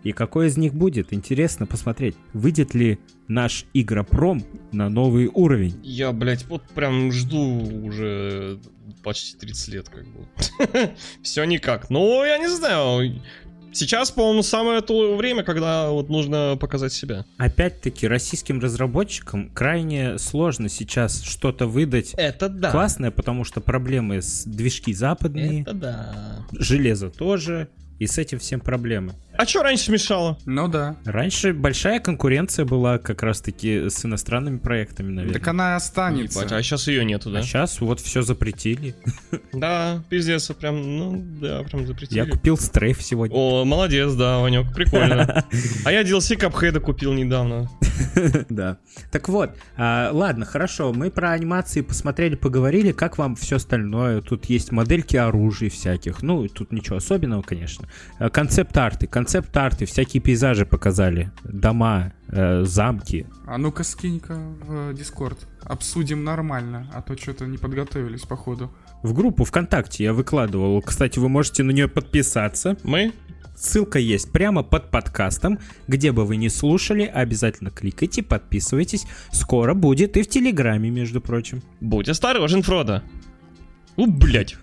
C: И какой из них будет? Интересно посмотреть. Выйдет ли наш Игропром на новый уровень?
D: Я, блядь, вот прям жду уже почти тридцать лет, как бы. Все никак. Ну, я не знаю. Сейчас, по-моему, самое то время, когда вот нужно показать себя.
C: Опять-таки, российским разработчикам крайне сложно сейчас что-то выдать.
D: Это да.
C: Классное, потому что проблемы с движки западные.
D: Это да.
C: Железо тоже. И с этим всем проблемы.
D: А что раньше мешало?
A: Ну да.
C: Раньше большая конкуренция была как раз-таки с иностранными проектами, наверное.
A: Так она останется.
D: Ебать, а сейчас ее нету, да?
C: А сейчас вот все запретили.
D: Да, пиздец, прям, ну, да, прям запретили.
C: Я купил стрейф сегодня.
D: О, молодец, да, Ванек, прикольно. А я ди эл си Cuphead купил недавно.
C: Да. Так вот, а, ладно, хорошо, мы про анимации посмотрели, поговорили. Как вам все остальное? Тут есть модельки оружий всяких. Ну, тут ничего особенного, конечно. Концепт-арты, концепт-арты, всякие пейзажи показали. Дома, э, замки.
A: А ну-ка скинь-ка в Discord. Обсудим нормально, а то что-то не подготовились, походу.
C: В группу ВКонтакте я выкладывал. Кстати, вы можете на нее подписаться.
D: Мы?
C: Ссылка есть прямо под подкастом. Где бы вы ни слушали, обязательно кликайте, подписывайтесь. Скоро будет и в Телеграме, между прочим.
D: Будь осторожен, Фродо. У, блядь.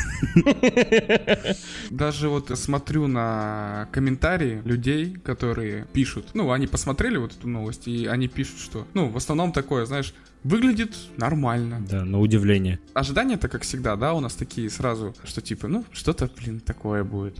A: Даже вот смотрю на комментарии людей, которые пишут. Ну, они посмотрели вот эту новость, и они пишут, что... Ну, в основном такое, знаешь, выглядит нормально.
C: Да, на удивление.
A: Ожидания-то, как всегда, да, у нас такие сразу, что типа, ну, что-то, блин, такое будет.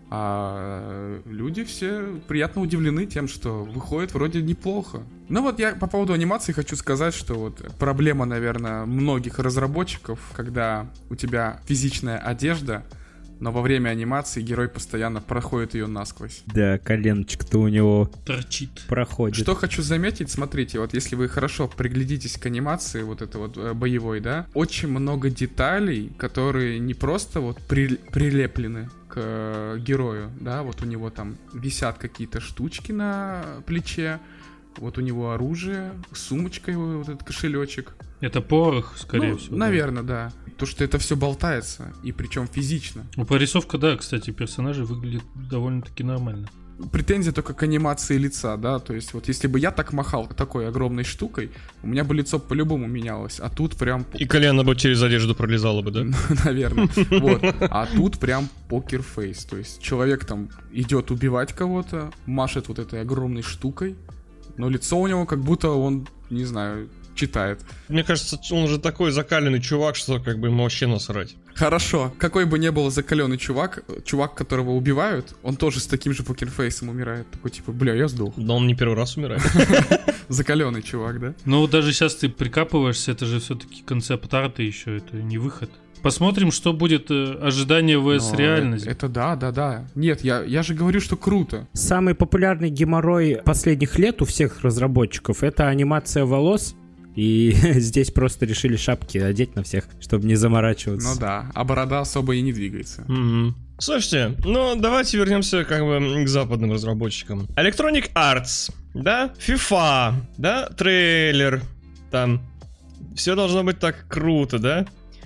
A: А люди все приятно удивлены тем, что выходит вроде неплохо. Ну вот я по поводу анимации хочу сказать, что вот проблема, наверное, многих разработчиков, когда у тебя физичная одежда, но во время анимации герой постоянно проходит ее насквозь.
C: Да, коленочка-то у него
B: торчит.
C: Проходит.
A: Что хочу заметить, смотрите, вот если вы хорошо приглядитесь к анимации вот это вот э, боевой, да, очень много деталей, которые не просто вот при, прилеплены к э, герою, да, вот у него там висят какие-то штучки на плече, вот у него оружие, сумочка его, вот этот кошелечек.
B: Это порох, скорее
A: ну,
B: всего.
A: Наверное, да. да. То, что это все болтается, и причем физично.
B: Ну, порисовка, да, кстати, персонажей выглядит довольно-таки нормально.
A: Претензия только к анимации лица, да, то есть вот если бы я так махал такой огромной штукой, у меня бы лицо по-любому менялось, а тут прям...
D: И колено бы через одежду пролезало бы, да?
A: Наверное, вот. А тут прям покерфейс, то есть человек там идет убивать кого-то, машет вот этой огромной штукой, но лицо у него как будто он, не знаю, читает.
D: Мне кажется, он уже такой закаленный чувак, что как бы ему вообще насрать.
A: Хорошо, какой бы ни был закаленный чувак, чувак, которого убивают, он тоже с таким же покерфейсом умирает. Такой типа, бля, я сдох.
D: Да он не первый раз умирает.
A: Закаленный чувак, да?
B: Ну даже сейчас ты прикапываешься, это же все-таки концепт-арты еще, это не выход. Посмотрим, что будет э, ожидание vs реальность.
A: Это да, да, да. Нет, я, я же говорю, что круто.
C: Самый популярный геморрой последних лет у всех разработчиков — это анимация волос. И здесь просто решили шапки одеть на всех, чтобы не заморачиваться.
A: Ну да, а борода особо и не двигается.
D: Mm-hmm. Слушайте, ну давайте вернемся как бы к западным разработчикам. Electronic Arts, да, FIFA, да, трейлер, там, все должно быть так круто, да?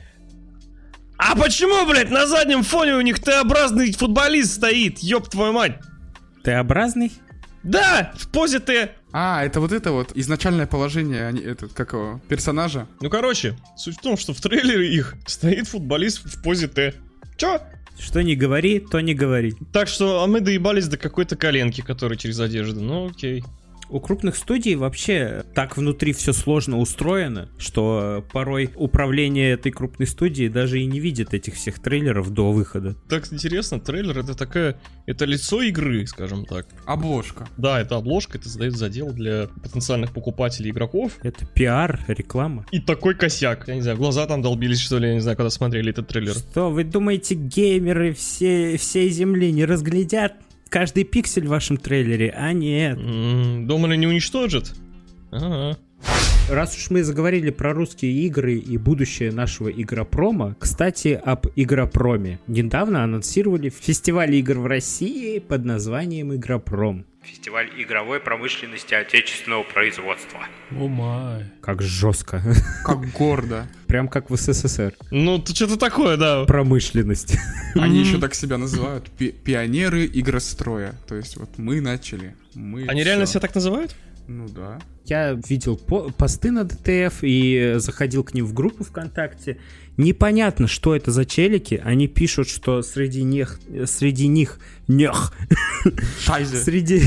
D: А почему, блядь, на заднем фоне у них Т-образный футболист стоит, ёб твою мать?
C: Т-образный?
D: Да, в позе Т.
A: А, это вот это вот изначальное положение, они, этот, как его, персонажа.
D: Ну, короче, суть в том, что в трейлере их стоит футболист в позе Т. Чё?
C: Что не говори, то не говори.
D: Так что, а мы доебались до какой-то коленки, которая через одежду. Ну, окей.
C: У крупных студий вообще так внутри все сложно устроено, что порой управление этой крупной студии даже и не видит этих всех трейлеров до выхода.
D: Так интересно, трейлер — это такая... Это лицо игры, скажем так.
A: Обложка.
D: Да, это обложка, это задает задел для потенциальных покупателей игроков.
C: Это пиар, реклама.
D: И такой косяк. Я не знаю, глаза там долбились, что ли, я не знаю, когда смотрели этот трейлер.
C: Что, вы думаете, геймеры все, всей земли не разглядят каждый пиксель в вашем трейлере? А нет.
D: М-м, думали, не уничтожат? Ага.
C: Раз уж мы заговорили про русские игры и будущее нашего игропрома, кстати, об игропроме. Недавно анонсировали фестиваль игр в России под названием Игропром.
E: Фестиваль игровой промышленности отечественного производства.
B: О май.
C: Как жестко.
A: Как гордо.
C: Прям как в СССР.
D: Ну, ты что-то такое, да.
C: Промышленность.
A: Они еще так себя называют. Пи- пионеры игростроя. То есть вот мы начали. Мы
D: Они
A: всё.
D: реально себя так называют?
A: Ну да.
C: Я видел по- посты на ДТФ и заходил к ним в группу ВКонтакте. Непонятно, что это за челики. Они пишут, что среди них... Среди них... Нех.
A: Шайзе.
C: Среди...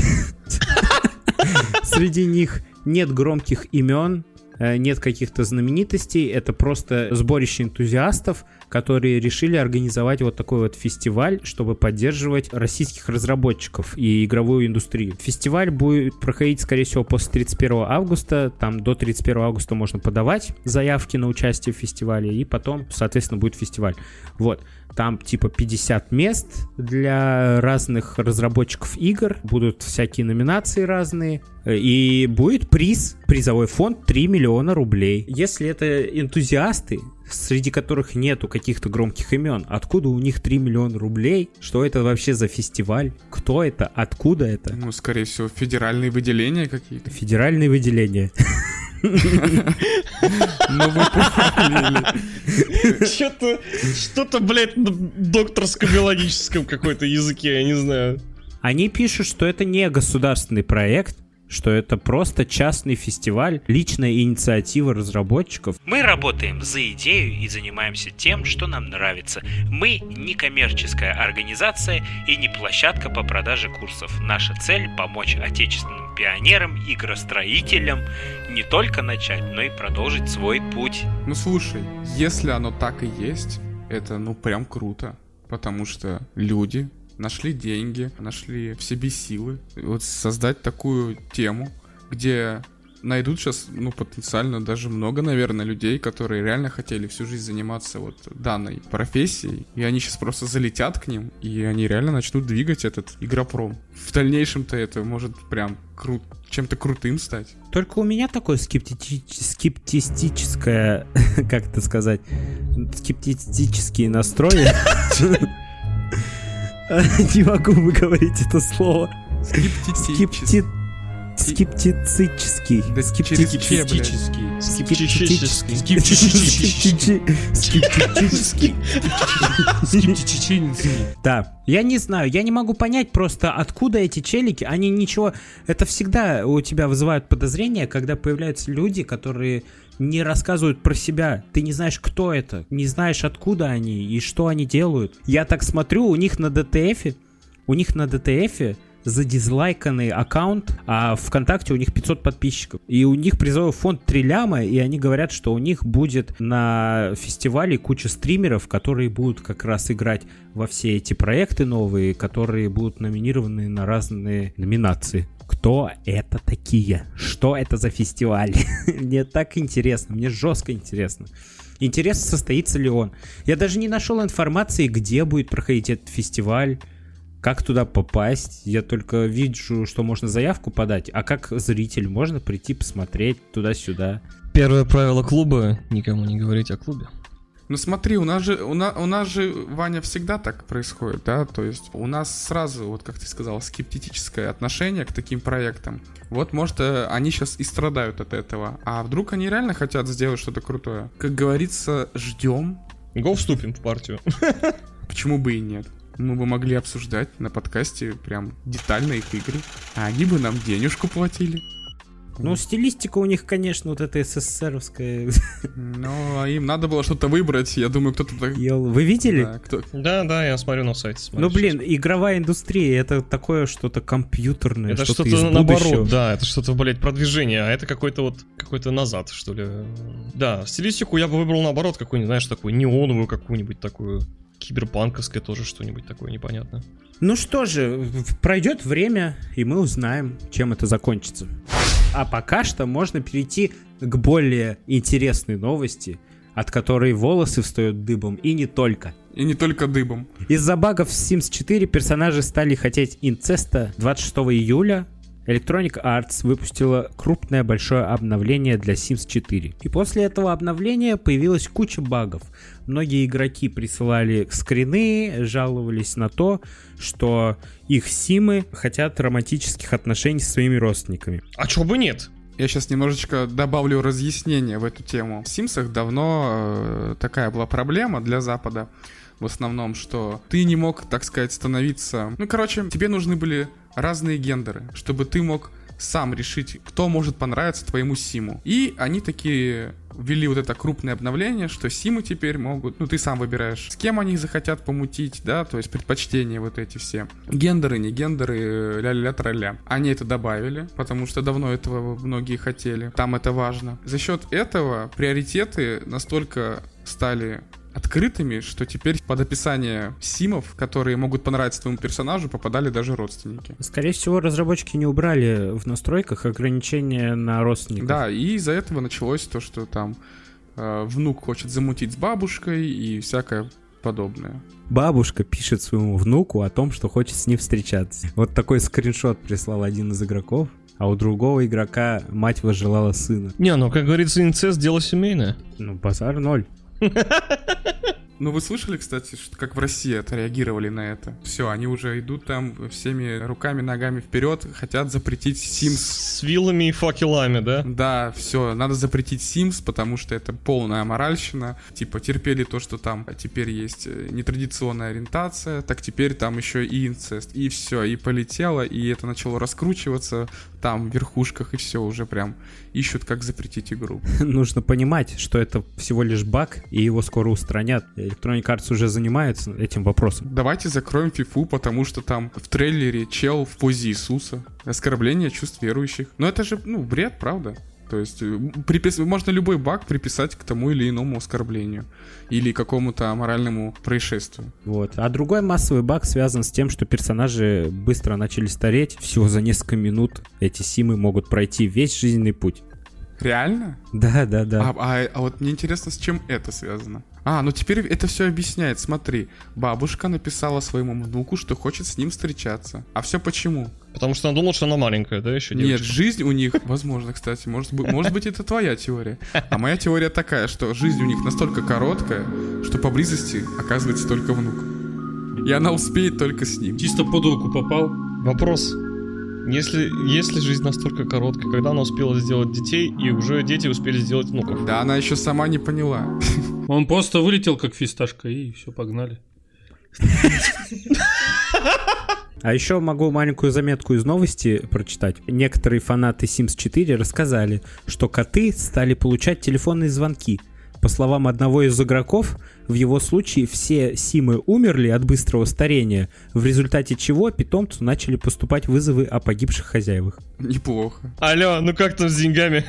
C: Среди них нет громких имен, нет каких-то знаменитостей. Это просто сборище энтузиастов, которые решили организовать вот такой вот фестиваль, чтобы поддерживать российских разработчиков и игровую индустрию. Фестиваль будет проходить, скорее всего, после тридцать первого августа. Там до тридцать первого августа можно подавать заявки на участие в фестивале, и потом, соответственно, будет фестиваль. Вот. Там типа пятьдесят мест для разных разработчиков игр. Будут всякие номинации разные. И будет приз, призовой фонд три миллиона рублей. Если это энтузиасты, среди которых нету каких-то громких имен, откуда у них три миллиона рублей? Что это вообще за фестиваль? Кто это? Откуда это?
A: Ну, скорее всего, федеральные выделения какие-то.
C: Федеральные выделения.
A: Ну, вы поняли.
D: Что-то, что-то, блядь, на докторско-биологическом какой-то языке, я не знаю.
C: Они пишут, что это не государственный проект, что это просто частный фестиваль, личная инициатива разработчиков.
E: Мы работаем за идею и занимаемся тем, что нам нравится. Мы не коммерческая организация и не площадка по продаже курсов. Наша цель – помочь отечественным пионерам, игростроителям не только начать, но и продолжить свой путь.
A: Ну, слушай, если оно так и есть, это, ну, прям круто. Потому что люди нашли деньги, нашли в себе силы. Вот создать такую тему, где найдут сейчас, ну, потенциально даже много, наверное, людей, которые реально хотели всю жизнь заниматься вот данной профессией, и они сейчас просто залетят к ним, и они реально начнут двигать этот игропром. В дальнейшем-то это может прям кру- чем-то крутым стать.
C: Только у меня такое скептити- скептистическое, как это сказать, скептистические настрои. Не могу выговорить это слово.
A: Скептический.
C: Скептицический.
A: Да
C: Скептический.
B: Скептический.
C: Скептический.
B: Скептический. Скептический.
C: Да, я не знаю, я не могу понять просто, откуда эти челики, они ничего... Это всегда у тебя вызывают подозрения, когда появляются люди, которые не рассказывают про себя. Ты не знаешь, кто это, не знаешь, откуда они и что они делают. Я так смотрю, у них на ДТФе, у них на ДТФе задизлайканный аккаунт, а ВКонтакте у них пятьсот подписчиков. И у них призовой фонд три ляма, и они говорят, что у них будет на фестивале куча стримеров, которые будут как раз играть во все эти проекты новые, которые будут номинированы на разные номинации. Кто это такие? Что это за фестиваль? Мне так интересно, мне жестко интересно. Интересно, состоится ли он. Я даже не нашел информации, где будет проходить этот фестиваль, как туда попасть. Я только вижу, что можно заявку подать, а как зритель можно прийти посмотреть туда-сюда.
D: Первое правило клуба — никому не говорить о клубе.
A: Ну смотри, у нас же, у, на, у нас же, Ваня, всегда так происходит, да, то есть у нас сразу, вот как ты сказал, скептическое отношение к таким проектам. Вот, может, они сейчас и страдают от этого, а вдруг они реально хотят сделать что-то крутое? Как говорится, ждем.
D: Го вступим в партию.
A: Почему бы и нет? Мы бы могли обсуждать на подкасте прям детально их игры, а они бы нам денежку платили.
C: Ну, стилистика у них, конечно, вот эта СССРовская.
A: Но им надо было что-то выбрать, я думаю, кто-то... так-
C: Ел, вы видели?
A: Да, кто...
D: Да, да, я смотрю на сайте. смотрю
C: Ну, блин,
D: сейчас.
C: игровая индустрия, это такое что-то компьютерное,
D: Это
C: что-то,
D: что-то
C: из
D: наоборот,
C: будущего.
D: да, это что-то, блядь, продвижение, а это какой-то вот, какой-то назад, что ли. Да, стилистику я бы выбрал наоборот, какую-нибудь, знаешь, такую неоновую какую-нибудь такую, киберпанковское тоже что-нибудь такое непонятное.
C: Ну что же, в- пройдет время, и мы узнаем, чем это закончится. А пока что можно перейти к более интересной новости, от которой волосы встают дыбом, и не только.
A: И не только дыбом.
C: Из-за багов в Sims четыре персонажи стали хотеть инцеста двадцать шестого июля. Electronic Arts выпустила крупное большое обновление для Sims четыре. И после этого обновления появилась куча багов. Многие игроки присылали скрины, жаловались на то, что их симы хотят романтических отношений со своими родственниками.
D: А чё бы нет?
A: Я сейчас немножечко добавлю разъяснения в эту тему. В Симсах давно э, такая была проблема для Запада, в основном, что ты не мог, так сказать, становиться... Ну, короче, тебе нужны были разные гендеры, чтобы ты мог сам решить, кто может понравиться твоему симу. И они такие ввели вот это крупное обновление, что симы теперь могут... Ну, ты сам выбираешь, с кем они захотят помутить, да, то есть предпочтения вот эти все. Гендеры, не гендеры, ля-ля-ля-тра-ля. Они это добавили, потому что давно этого многие хотели. Там это важно. За счет этого приоритеты настолько стали открытыми, что теперь под описание симов, которые могут понравиться твоему персонажу, попадали даже родственники.
C: Скорее всего, разработчики не убрали в настройках ограничения на родственников.
A: Да, и из-за этого началось то, что там э, внук хочет замутить с бабушкой и всякое подобное.
C: Бабушка пишет своему внуку о том, что хочет с ним встречаться. Вот такой скриншот прислал один из игроков, а у другого игрока мать возжелала сына.
D: Не, ну, как говорится, инцест — дело семейное.
C: Ну, базар ноль.
A: Ну, вы слышали, кстати, что, как в России отреагировали на это? Все, они уже идут там всеми руками, ногами вперед, хотят запретить Sims.
D: С вилами и факелами, да?
A: Да, все, надо запретить Sims, потому что это полная моральщина. Типа, терпели то, что там теперь есть нетрадиционная ориентация, так теперь там еще и инцест. И все, и полетело, и это начало раскручиваться там в верхушках, и все, уже прям ищут, как запретить игру.
C: Нужно понимать, что это всего лишь баг, и его скоро устранят. Electronic Arts уже занимается этим вопросом.
A: Давайте закроем фифу, потому что там в трейлере чел в позе Иисуса. Оскорбление чувств верующих. Но это же, ну, бред, правда? То есть припис... можно любой баг приписать к тому или иному оскорблению. Или какому-то аморальному происшествию.
C: Вот. А другой массовый баг связан с тем, что персонажи быстро начали стареть. Всего за несколько минут эти симы могут пройти весь жизненный путь.
A: Реально?
C: Да, да, да.
A: А, а, а вот мне интересно, с чем это связано. А, ну теперь это все объясняет. Смотри, бабушка написала своему внуку, что хочет с ним встречаться. А все почему?
D: Потому что она думала, что она маленькая, да, еще девочка?
A: Нет, жизнь у них, возможно, кстати, может быть, может быть, это твоя теория. А моя теория такая, что жизнь у них настолько короткая, что поблизости оказывается только внук. И она успеет только с ним.
B: Чисто под руку попал.
D: Вопрос. Если, если жизнь настолько короткая, когда она успела сделать детей, и уже дети успели сделать внуков?
A: Да, она еще сама не поняла.
B: Он просто вылетел как фисташка, и все, погнали.
C: А еще могу маленькую заметку из новости прочитать. Некоторые фанаты Sims четыре рассказали, что коты стали получать телефонные звонки. По словам одного из игроков, в его случае все симы умерли от быстрого старения, в результате чего питомцу начали поступать вызовы о погибших хозяевах.
A: Неплохо.
D: Алло, ну как там с деньгами?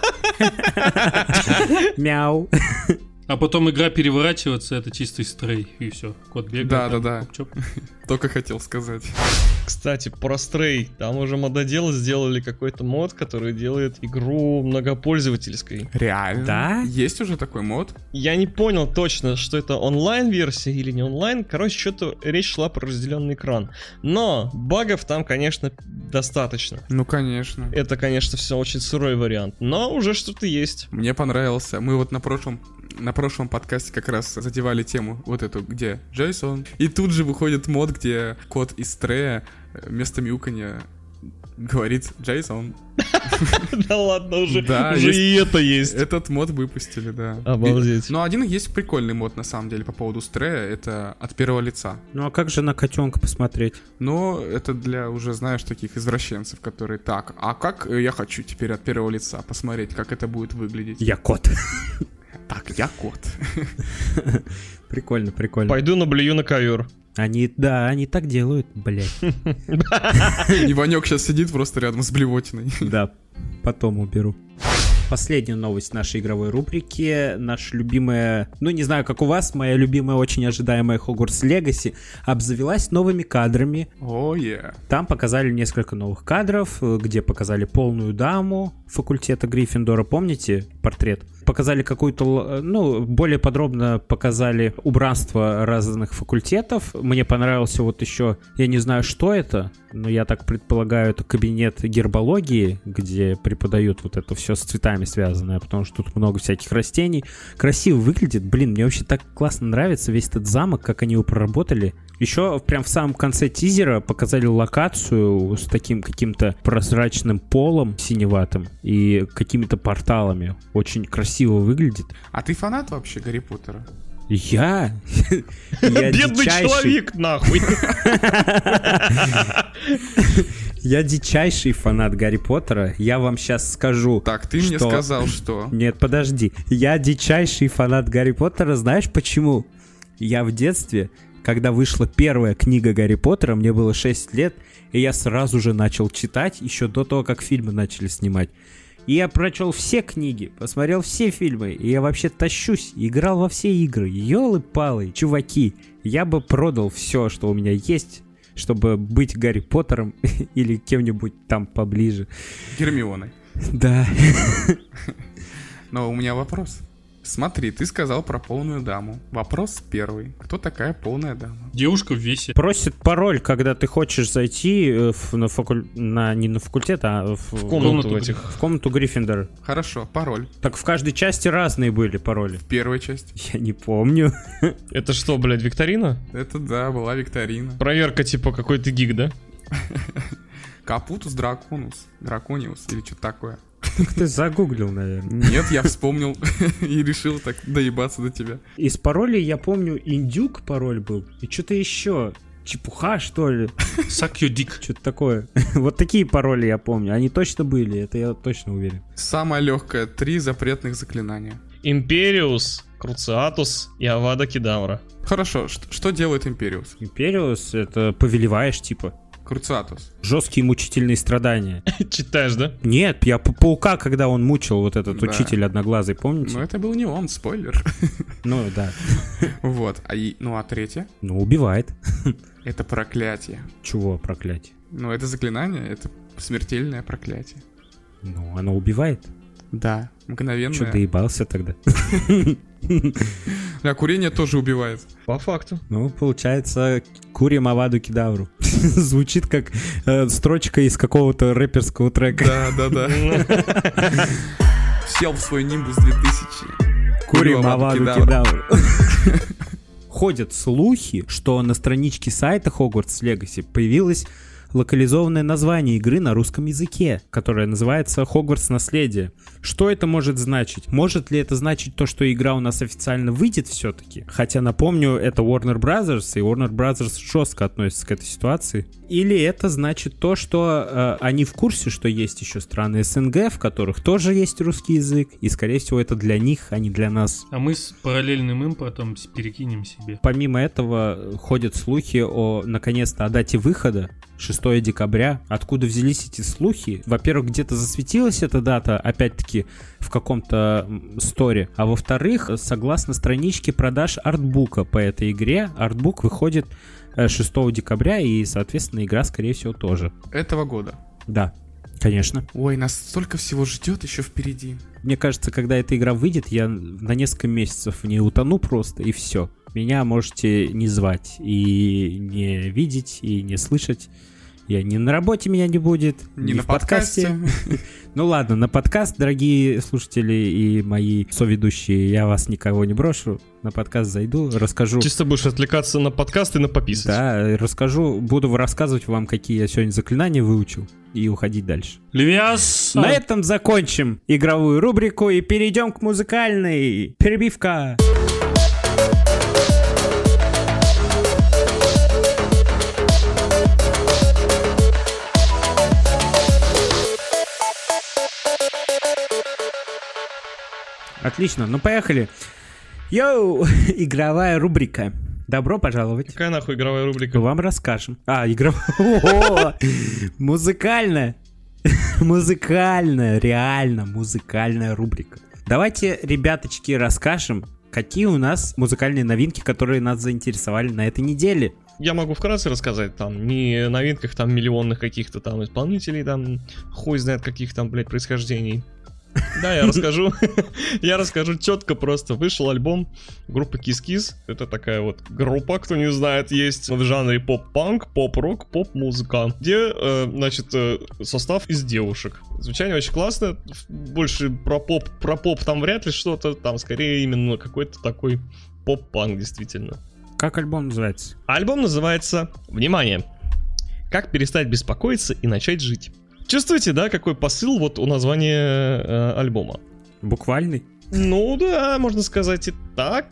C: Мяу.
B: А потом игра переворачивается, это чистый стрей, и все. Кот бегает.
A: Да,
B: там,
A: да, да.
B: чоп-чоп.
A: Только хотел сказать.
D: Кстати, про стрей. Там уже мододелы сделали какой-то мод, который делает игру многопользовательской.
A: Реально?
C: Да?
A: Есть уже такой мод?
D: Я не понял точно, что это онлайн-версия или не онлайн. Короче, что-то речь шла про разделенный экран. Но багов там, конечно, достаточно.
A: Ну, конечно.
D: Это, конечно, все очень сырой вариант. Но уже что-то есть.
A: Мне понравился. Мы вот на прошлом... На прошлом подкасте как раз задевали тему вот эту, где Джейсон. И тут же выходит мод, где кот из Трея вместо мяуканья говорит Джейсон.
D: Да ладно, уже
A: Да,
D: уже
A: есть-
D: и это есть.
A: Этот мод выпустили, да.
D: Обалдеть.
A: И- Но один есть прикольный мод, на самом деле, по поводу Стрея. Это от первого лица.
C: Ну а как же на котенка посмотреть?
A: Но это для уже, знаешь, таких извращенцев, которые так, а как я хочу теперь от первого лица посмотреть, как это будет выглядеть.
C: Я кот.
A: Так, я кот.
C: Прикольно, прикольно.
D: Пойду наблюю на ковер.
C: Они, да, они так делают, блядь.
A: И Ванек сейчас сидит просто рядом с блевотиной.
C: Да, потом уберу. Последняя новость нашей игровой рубрики. Наша любимая, ну не знаю, как у вас, моя любимая, очень ожидаемая Hogwarts Legacy обзавелась новыми кадрами.
A: О, е.
C: Там показали несколько новых кадров, где показали полную даму факультета Гриффиндора. Помните портрет? Показали какую-то, ну, более подробно показали убранство разных факультетов. Мне понравился вот еще, я не знаю, что это. но я так предполагаю, это кабинет гербологии, где преподают вот это все с цветами связанное, потому что тут много всяких растений. Красиво выглядит, блин, мне вообще так классно нравится весь этот замок, как они его проработали. Еще прям в самом конце тизера показали локацию с таким каким-то прозрачным полом синеватым и какими-то порталами. Очень красиво выглядит.
A: А ты фанат вообще Гарри Поттера?
C: Я? Я
D: Бедный
C: дичайший...
D: человек, нахуй.
C: Я дичайший фанат Гарри Поттера. Я вам сейчас скажу.
A: Так, ты мне
C: что...
A: сказал, что...
C: Нет, подожди. Я дичайший фанат Гарри Поттера. Знаешь почему? Я в детстве, когда вышла первая книга Гарри Поттера, мне было шесть лет, и я сразу же начал читать, еще до того, как фильмы начали снимать. И я прочел все книги, посмотрел все фильмы, и я вообще тащусь, играл во все игры. Ёлы-палы, чуваки, я бы продал все, что у меня есть, чтобы быть Гарри Поттером или кем-нибудь там поближе.
A: Гермионой.
C: Да.
A: Но у меня вопрос. Смотри, ты сказал про полную даму. Вопрос первый. Кто такая полная дама?
B: Девушка в весе.
C: Просит пароль, когда ты хочешь зайти в, на факуль... на, не на факультет, а в,
D: В комнату
B: комнату
D: этих.
C: в комнату Гриффиндора.
A: Хорошо, пароль.
C: Так в каждой части разные были пароли.
A: В первой части.
C: Я не помню.
D: Это что, блядь, викторина?
A: Это да, была викторина.
D: Проверка типа какой ты гик, да?
A: Капутус драконус. Дракониус или что-то такое.
C: Ты загуглил, наверное.
A: Нет, я вспомнил и решил так доебаться до тебя.
C: Из паролей я помню, индюк пароль был. И что-то еще. Чепуха, что ли?
B: Suck your dick.
C: Что-то такое. Вот такие пароли я помню. Они точно были, это я точно уверен.
A: Самое легкое. Три запретных заклинания.
D: Империус, Круциатус и Авада Кедавра.
A: Хорошо, ш- что делает Империус?
C: Империус — это повелеваешь, типа.
A: Круциатус.
C: Жесткие мучительные страдания.
D: Читаешь, да?
C: Нет, я п- паука, когда он мучил, вот этот
A: Да.
C: учитель одноглазый, помните?
A: Но это был не он, спойлер.
C: Ну, да.
A: Вот. А и, ну а третье?
C: Ну, убивает.
A: Это проклятие.
C: Чего проклятие?
A: Ну это заклинание, это смертельное проклятие.
C: Ну, оно убивает.
A: Да, мгновенно.
C: Че, доебался тогда?
A: Да, курение тоже убивает.
D: По факту.
C: Ну, получается, курим Аваду Кедавру. Звучит как э, строчка из какого-то рэперского трека.
A: Да, да, да. Сел в свой Нимбус две тысячи.
C: Курим Аваду Кедавру. Ходят слухи, что на страничке сайта Hogwarts Legacy появилось локализованное название игры на русском языке, которое называется Hogwarts Наследие. Что это может значить? Может ли это значить то, что игра у нас официально выйдет все-таки? Хотя, напомню, это Warner Brothers, и Warner Brothers жестко относится к этой ситуации. Или это значит то, что э, они в курсе, что есть еще страны СНГ, в которых тоже есть русский язык, и, скорее всего, это для них, а не для нас.
B: А мы с параллельным импортом перекинем себе.
C: Помимо этого, ходят слухи о, наконец-то, о дате выхода, шестого декабря. Откуда взялись эти слухи? Во-первых, где-то засветилась эта дата, опять-таки, в каком-то сторе. А во-вторых, согласно страничке продаж артбука по этой игре, артбук выходит шестого декабря, и, соответственно, игра, скорее всего, тоже.
A: Этого года.
C: Да, конечно.
A: Ой, нас столько всего ждет еще впереди.
C: Мне кажется, когда эта игра выйдет, я на несколько месяцев в ней утону просто, и все. Меня можете не звать, и не видеть, и не слышать. Я ни на работе меня не будет,
A: Не
C: ни
A: на
C: в подкасте. Ну ладно, на подкаст, дорогие слушатели и мои соведущие, я вас никого не брошу. На подкаст зайду, расскажу.
D: Чисто будешь отвлекаться на подкаст и на пописать.
C: Да, расскажу, буду рассказывать вам, какие я сегодня заклинания выучил, и уходить дальше.
B: Левиас!
C: На этом закончим игровую рубрику и перейдем к музыкальной. Перебивка. Отлично, ну поехали. Йоу, игровая рубрика. Добро пожаловать.
D: Какая нахуй игровая рубрика?
C: Вам расскажем. А, игровая. Музыкальная. Музыкальная, реально музыкальная рубрика. Давайте, ребяточки, расскажем, какие у нас музыкальные новинки, которые нас заинтересовали на этой неделе.
D: Я могу вкратце рассказать, там, не новинках там миллионных каких-то там исполнителей, там, хуй знает каких там, блядь, происхождений. Да, я расскажу. Я расскажу четко просто. Вышел альбом группы Kiss Kiss. Это такая вот группа, кто не знает, есть в жанре поп-панк, поп-рок, поп-музыка, где, э, значит, э, состав из девушек. Звучание очень классно. Больше про поп, про поп там вряд ли что-то. Там скорее именно какой-то такой поп-панк, действительно.
C: Как альбом называется?
D: Альбом называется, внимание, «Как перестать беспокоиться и начать жить». Чувствуете, да, какой посыл вот у названия э, альбома?
C: Буквальный?
D: Ну да, можно сказать и так.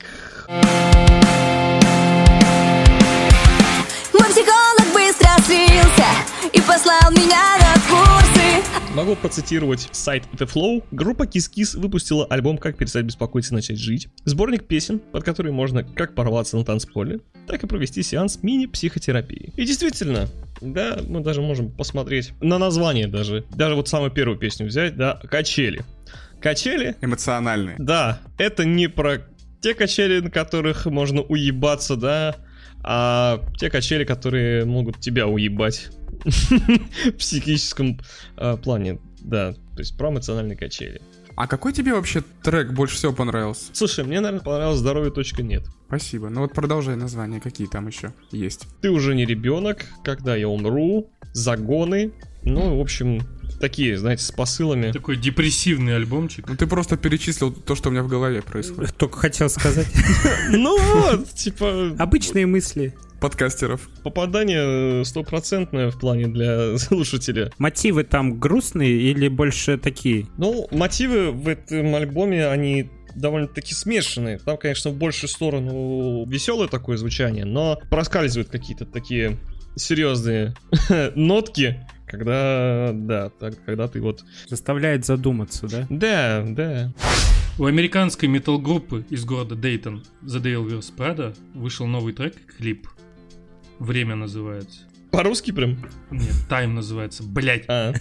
F: Мой психолог быстро слился и послал меня на курсы.
D: Могу процитировать сайт The Flow. Группа Kiss Kiss выпустила альбом «Как перестать беспокоиться и начать жить». Сборник песен, под который можно как порваться на танцполе, так и провести сеанс мини-психотерапии. И действительно, да, мы даже можем посмотреть на название даже. Даже вот самую первую песню взять, да, «Качели». Качели.
A: Эмоциональные.
D: Да, это не про те качели, на которых можно уебаться, да, а те качели, которые могут тебя уебать в психическом э, плане, да, то есть про эмоциональные качели.
A: А какой тебе вообще трек больше всего понравился?
D: Слушай, мне, наверное, понравилось «Здоровье. Нет».
A: Спасибо. Ну вот продолжай названия, какие там еще есть.
D: «Ты уже не ребенок», «Когда я умру», «Загоны». Ну, в общем, такие, знаете, с посылами.
B: Такой депрессивный альбомчик.
A: Ну ты просто перечислил то, что у меня в голове происходит.
C: Только хотел сказать.
D: Ну вот, типа...
C: Обычные мысли.
A: Подкастеров.
D: Попадание стопроцентное в плане для слушателя.
C: Мотивы там грустные или больше такие?
D: Ну, мотивы в этом альбоме, они довольно-таки смешанные. Там, конечно, в большую сторону веселое такое звучание, но проскальзывают какие-то такие серьезные нотки, когда, да, так, когда ты вот...
C: Заставляет задуматься, да?
D: Да, да.
B: У американской метал-группы из города Дейтон The Devil Wears Prada вышел новый трек и клип. «Время» называется.
D: По-русски прям?
B: Нет, «Time» называется, блять.
D: А.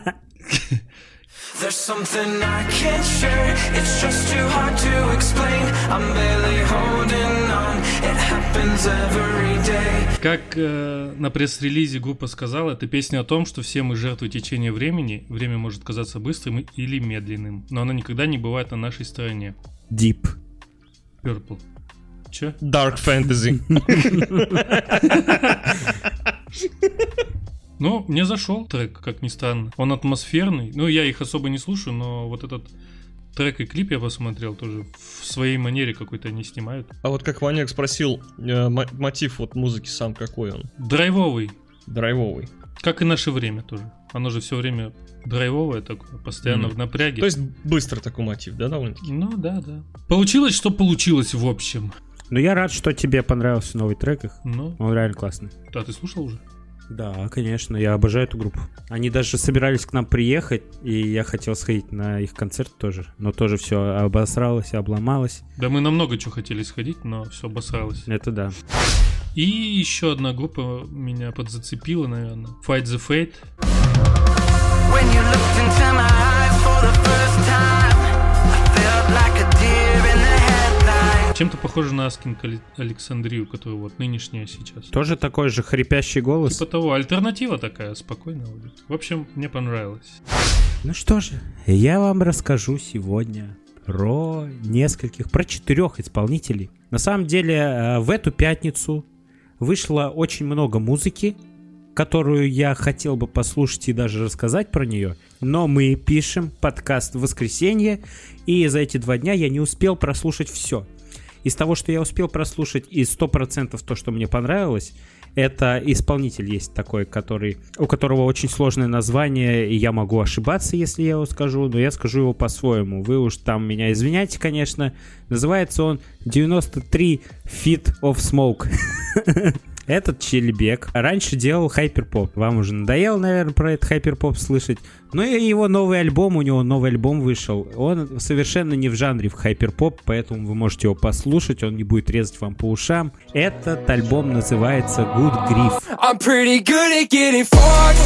G: There's something I can't share. It's just too hard to explain. I'm barely holding on. It happens every day.
B: Как э, на пресс-релизе группа сказала, это песня о том, что все мы жертвы течения времени. Время может казаться быстрым или медленным, но оно никогда не бывает на нашей стороне.
C: Deep.
B: Purple. Чё?
D: Dark Fantasy.
B: Ну, мне зашел трек, как ни странно. Он атмосферный. Ну, я их особо не слушаю, но вот этот трек и клип я посмотрел тоже. В своей манере какой-то они снимают.
D: А вот как Ваняк спросил, э, мотив вот музыки сам какой он?
B: Драйвовый.
D: Драйвовый.
B: Как и наше время тоже. Оно же все время драйвовое такое, постоянно
D: Mm.
B: в напряге.
D: То есть быстрый такой мотив, да, довольно-таки?
B: Ну, да, да. Получилось, что получилось в общем.
C: Ну, я рад, что тебе понравился новый трек их.
B: Ну,
C: Он реально классный.
B: да, ты слушал уже?
C: Да, конечно, я обожаю эту группу. Они даже собирались к нам приехать, и я хотел сходить на их концерт тоже. Но тоже все обосралось, обломалось.
B: Да мы на много чего хотели сходить, но все обосралось.
C: Это да.
B: И еще одна группа меня подзацепила, наверное. Fight the Fate.
G: When you looked into my eyes for the first time, I felt like a deer in the headlights.
B: Чем-то похоже на Аскинг Александрию, которая вот нынешняя сейчас.
C: Тоже такой же хрипящий голос.
B: Типа того, альтернатива такая, спокойная будет. В общем, мне понравилось.
C: Ну что же, я вам расскажу сегодня про нескольких, про четырех исполнителей. На самом деле, в эту пятницу вышло очень много музыки, которую я хотел бы послушать и даже рассказать про нее. Но мы пишем подкаст в воскресенье, и за эти два дня я не успел прослушать все. Из того, что я успел прослушать, и сто процентов то, что мне понравилось, это исполнитель есть такой, который, у которого очень сложное название, и я могу ошибаться, если я его скажу, но я скажу его по-своему. Вы уж там меня извиняйте, конечно. Называется он девяносто три Feet of Smoke. Этот челебек раньше делал хайперпоп. Вам уже надоело, наверное, про этот хайперпоп слышать. Но и его новый альбом, у него новый альбом вышел. Он совершенно не в жанре в хайперпоп, поэтому вы можете его послушать, он не будет резать вам по ушам. Этот альбом называется Good Grief.
G: I'm pretty good at getting fucked,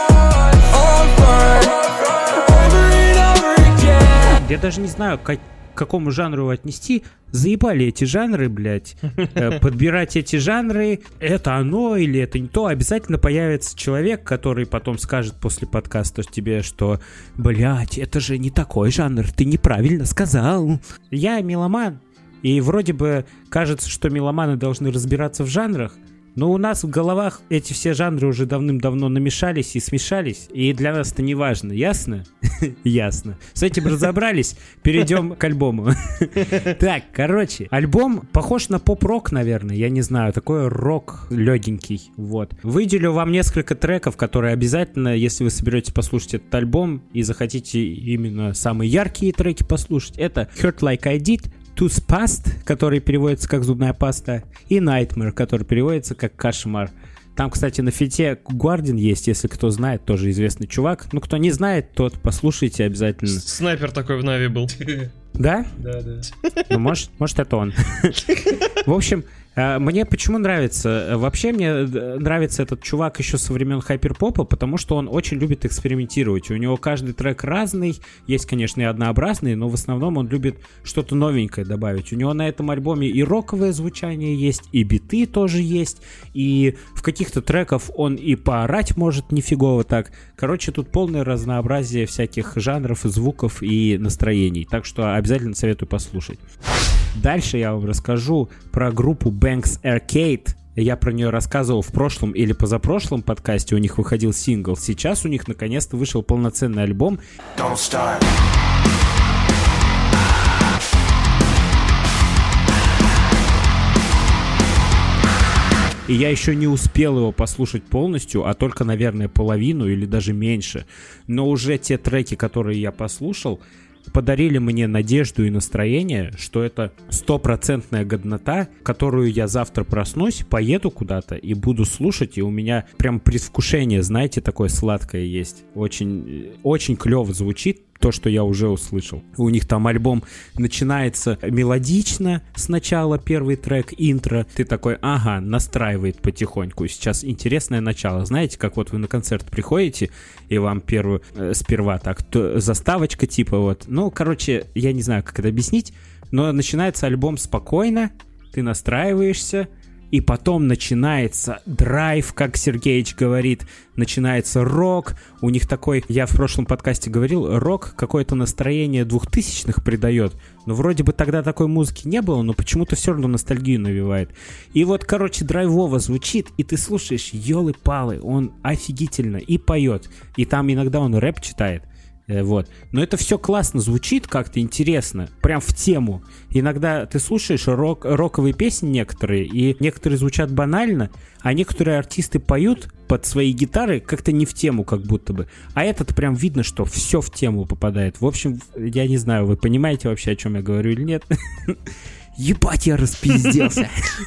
G: fucked, over, over and over again.
C: Я даже не знаю, как, к какому жанру его отнести. Заебали эти жанры, блядь. Подбирать эти жанры, это оно или это не то. Обязательно появится человек, который потом скажет после подкаста тебе, что, блядь, это же не такой жанр, ты неправильно сказал. Я меломан, и вроде бы кажется, что меломаны должны разбираться в жанрах, но у нас в головах эти все жанры уже давным-давно намешались и смешались, и для нас это не важно, ясно? Ясно. С этим разобрались, перейдем к альбому. Так, короче, альбом похож на поп-рок, наверное, я не знаю, такой рок легенький, вот. Выделю вам несколько треков, которые обязательно, если вы соберетесь послушать этот альбом и захотите именно самые яркие треки послушать, это Hurt Like I Did, Tooth Past, который переводится как зубная паста, и Nightmare, который переводится как кошмар. Там, кстати, на фите Guardian есть, если кто знает, тоже известный чувак. Ну, кто не знает, тот послушайте обязательно.
D: Снайпер такой в Нави был.
C: Да?
B: Да, да.
C: Ну, может, может это он. В общем, мне почему нравится? Вообще мне нравится этот чувак еще со времен хайперпопа, потому что он очень любит экспериментировать. У него каждый трек разный, есть, конечно, и однообразные, но в основном он любит что-то новенькое добавить. У него на этом альбоме и роковое звучание есть, и биты тоже есть, и в каких-то треках он и поорать может нифигово так. Короче, тут полное разнообразие всяких жанров, и звуков и настроений. Так что обязательно советую послушать. Дальше я вам расскажу про группу Banks Arcade. Я про нее рассказывал в прошлом или позапрошлом подкасте. У них выходил сингл. Сейчас у них наконец-то вышел полноценный альбом.
G: Don't start.
C: И я еще не успел его послушать полностью, а только, наверное, половину или даже меньше. Но уже те треки, которые я послушал, подарили мне надежду и настроение, что это стопроцентная годнота, которую я завтра проснусь, поеду куда-то и буду слушать, и у меня прям предвкушение, знаете, такое сладкое есть. Очень, очень клево звучит то, что я уже услышал. У них там альбом начинается мелодично сначала, первый трек, интро. Ты такой, ага, настраивает потихоньку. Сейчас интересное начало. Знаете, как вот вы на концерт приходите, и вам первую, э, сперва так, то, заставочка типа вот. Ну, короче, я не знаю, как это объяснить, но начинается альбом спокойно, ты настраиваешься, и потом начинается драйв, как Сергеич говорит, начинается рок. У них такой, я в прошлом подкасте говорил, рок какое-то настроение двухтысячных придает. Но вроде бы тогда такой музыки не было, но почему-то все равно ностальгию навевает. И вот, короче, драйвово звучит, и ты слушаешь, елы-палы, он офигительно и поет. И там иногда он рэп читает. Вот. Но это все классно звучит, как-то интересно, прям в тему. Иногда ты слушаешь рок, роковые песни некоторые, и некоторые звучат банально, а некоторые артисты поют под свои гитары как-то не в тему, как будто бы. А этот прям видно, что все в тему попадает. В общем, я не знаю, вы понимаете вообще, о чем я говорю или нет? Ебать, я распизделся.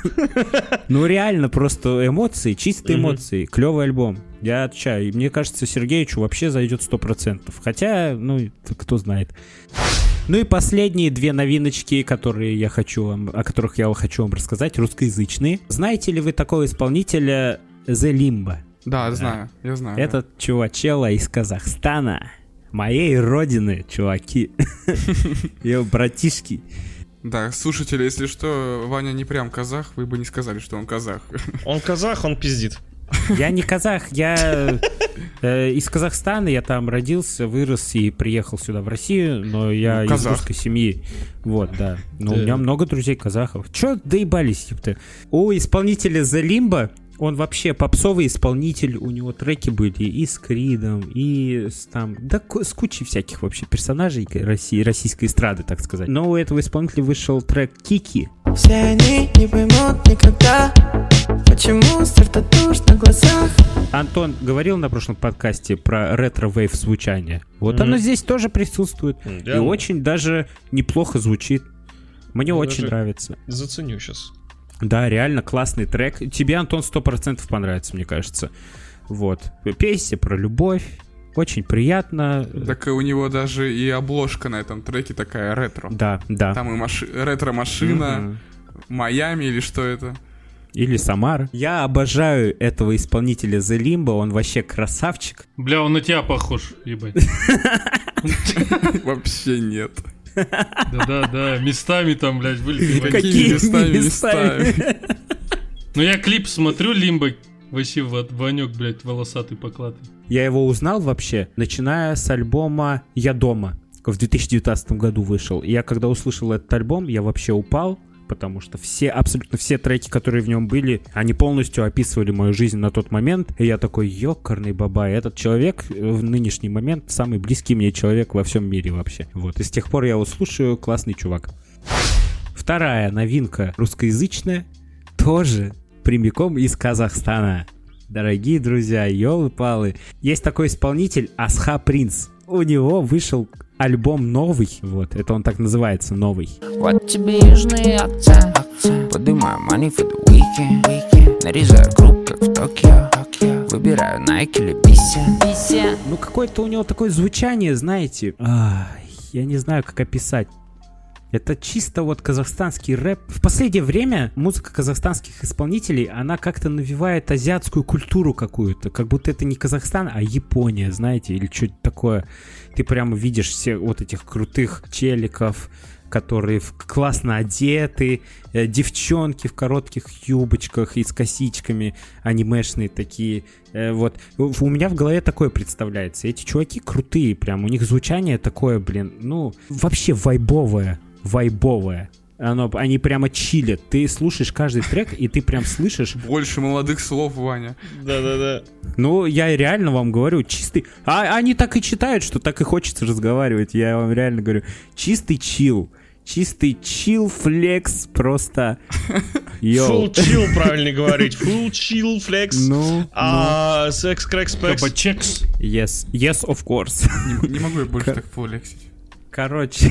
C: Ну реально, просто эмоции, чистые эмоции. Клевый альбом. Я отвечаю. И мне кажется, Сергеичу вообще зайдет сто процентов. Хотя, ну, кто знает. Ну и последние две новиночки, которые я хочу вам, о которых я хочу вам рассказать, русскоязычные. Знаете ли вы такого исполнителя The Limbo?
A: Да, знаю, я знаю.
C: Этот чувачела из Казахстана. Моей родины, чуваки. Ее братишки.
A: Да, слушатели, если что, Ваня не прям казах, вы бы не сказали, что он казах.
D: Он казах, он пиздит.
C: Я не казах, я э, из Казахстана, я там родился, вырос и приехал сюда в Россию, но я ну, из русской семьи. Вот, да. Но да. У меня много друзей казахов. Чё доебались, ёпта? У исполнителя The Limbo, он вообще попсовый исполнитель, у него треки были и с Кридом, и с там, да с кучей всяких вообще персонажей России, российской эстрады, так сказать. Но у этого исполнителя вышел трек «Кики».
H: Все они не поймут никогда, почему стартатуш на глазах.
C: Антон говорил на прошлом подкасте про ретро-вейв звучание. Вот mm-hmm. оно здесь тоже присутствует. Mm-hmm. И очень даже неплохо звучит. Мне Я очень нравится.
D: Заценю сейчас.
C: Да, реально классный трек. Тебе, Антон, сто процентов понравится, мне кажется. Вот. Песня про любовь. Очень приятно.
A: Так у него даже и обложка на этом треке такая ретро.
C: Да, да.
A: Там и маши... ретро-машина, mm-hmm. Майами или что это?
C: Или Самара. Я обожаю этого исполнителя The Limbo, он вообще красавчик.
B: Бля, он на тебя похож, ебать.
A: Вообще нет.
B: Да-да-да, местами там, блядь, были.
A: Какими местами, местами?
B: Ну я клип смотрю, Лимбо, вообще Ванек, блядь, волосатый поклатый.
C: Я его узнал вообще, начиная с альбома «Я дома». В две тысячи девятнадцатом году вышел. И я когда услышал этот альбом, я вообще упал, потому что все, абсолютно все треки, которые в нем были, они полностью описывали мою жизнь на тот момент. И я такой, ёкарный бабай, этот человек в нынешний момент самый близкий мне человек во всем мире вообще. Вот, и с тех пор я его слушаю, классный чувак. Вторая новинка русскоязычная, тоже прямиком из Казахстана. Дорогие друзья, ёлы-палы. Есть такой исполнитель Асха Принц. У него вышел альбом новый, вот, это он так называется, новый.
I: Вот тебе южные акцент, поднимаю money for the weekend, нарезаю круг, как в Токио, выбираю Nike или Бисен.
C: Ну, какое-то у него такое звучание, знаете, ах, я не знаю, как описать. Это чисто вот казахстанский рэп. В последнее время музыка казахстанских исполнителей, она как-то навевает азиатскую культуру какую-то. Как будто это не Казахстан, а Япония, знаете, или что-то такое. Ты прямо видишь все вот этих крутых челиков, которые классно одеты, э, девчонки в коротких юбочках и с косичками, анимешные такие. Э, вот. У меня в голове такое представляется. Эти чуваки крутые прям, у них звучание такое, блин, ну, вообще вайбовое. Вайбовое. Оно, они прямо чилят. Ты слушаешь каждый трек, и ты прям слышишь...
A: Больше молодых слов, Ваня.
D: Да-да-да.
C: Ну, я реально вам говорю, чистый... А они так и читают, что так и хочется разговаривать. Я вам реально говорю. Чистый чил. Чистый чил, флекс, просто...
D: Full chill, правильно говорить. Full chill, флекс.
C: Ну,
D: а секс, крэк, спекс.
B: Чекс.
C: Yes, yes, of course.
A: Не, не могу я больше так флексить.
C: Короче,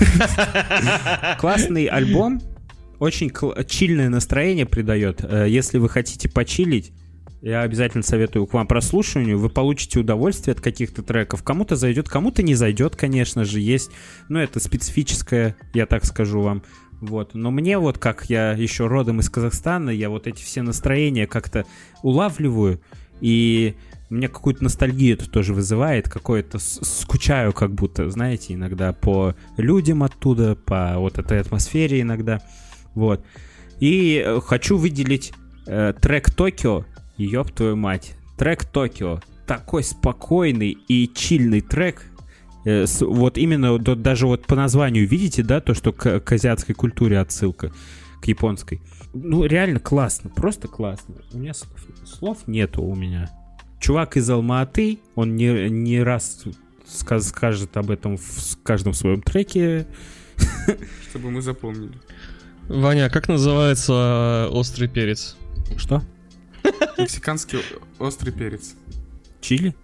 C: классный альбом, очень кл- чильное настроение придает. Если вы хотите почилить, я обязательно советую к вам прослушиванию. Вы получите удовольствие от каких-то треков. Кому-то зайдет, кому-то не зайдет, конечно же, есть. Но это специфическое, я так скажу вам. Вот. Но мне вот, как я еще родом из Казахстана, я вот эти все настроения как-то улавливаю. И мне какую-то ностальгию это тоже вызывает, какое-то скучаю как будто, знаете, иногда по людям оттуда, по вот этой атмосфере иногда, вот. И хочу выделить э, трек «Токио», ёб твою мать, трек «Токио», такой спокойный и чильный трек, э, с, вот именно до, даже вот по названию видите, да, то, что к, к азиатской культуре отсылка, к японской. Ну, реально классно, просто классно. У меня слов, слов нету у меня. Чувак из Алма-Аты, он не, не раз сказ, скажет об этом в каждом своем треке.
A: Чтобы мы запомнили.
D: Ваня, как называется острый перец?
C: Что?
A: Мексиканский острый перец.
C: Чили?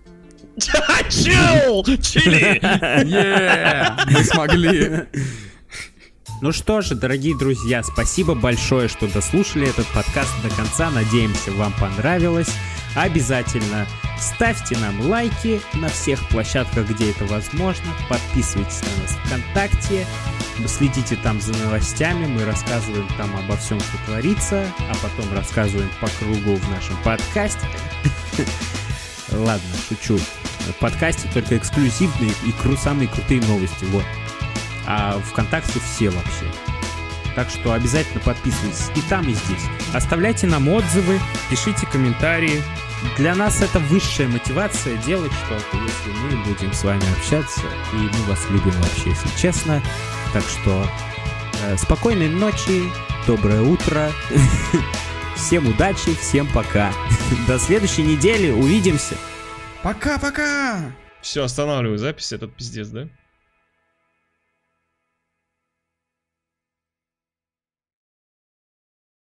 D: Чил! Чили!
A: Мы смогли.
C: Ну что же, дорогие друзья, спасибо большое, что дослушали этот подкаст до конца. Надеемся, вам понравилось. Обязательно ставьте нам лайки на всех площадках, где это возможно. Подписывайтесь на нас ВКонтакте. Следите там за новостями. Мы рассказываем там обо всем, что творится. А потом рассказываем по кругу в нашем подкасте. Ладно, шучу. В подкасте только эксклюзивные и кру- самые крутые новости. Вот. А ВКонтакте все вообще. Так что обязательно подписывайтесь и там, и здесь. Оставляйте нам отзывы, пишите комментарии. Для нас это высшая мотивация делать что-то, если мы будем с вами общаться. И мы вас любим вообще, если честно. Так что э, спокойной ночи, доброе утро. Всем удачи, всем пока. До следующей недели, увидимся.
A: Пока-пока.
D: Все, останавливаю запись, этот пиздец, да?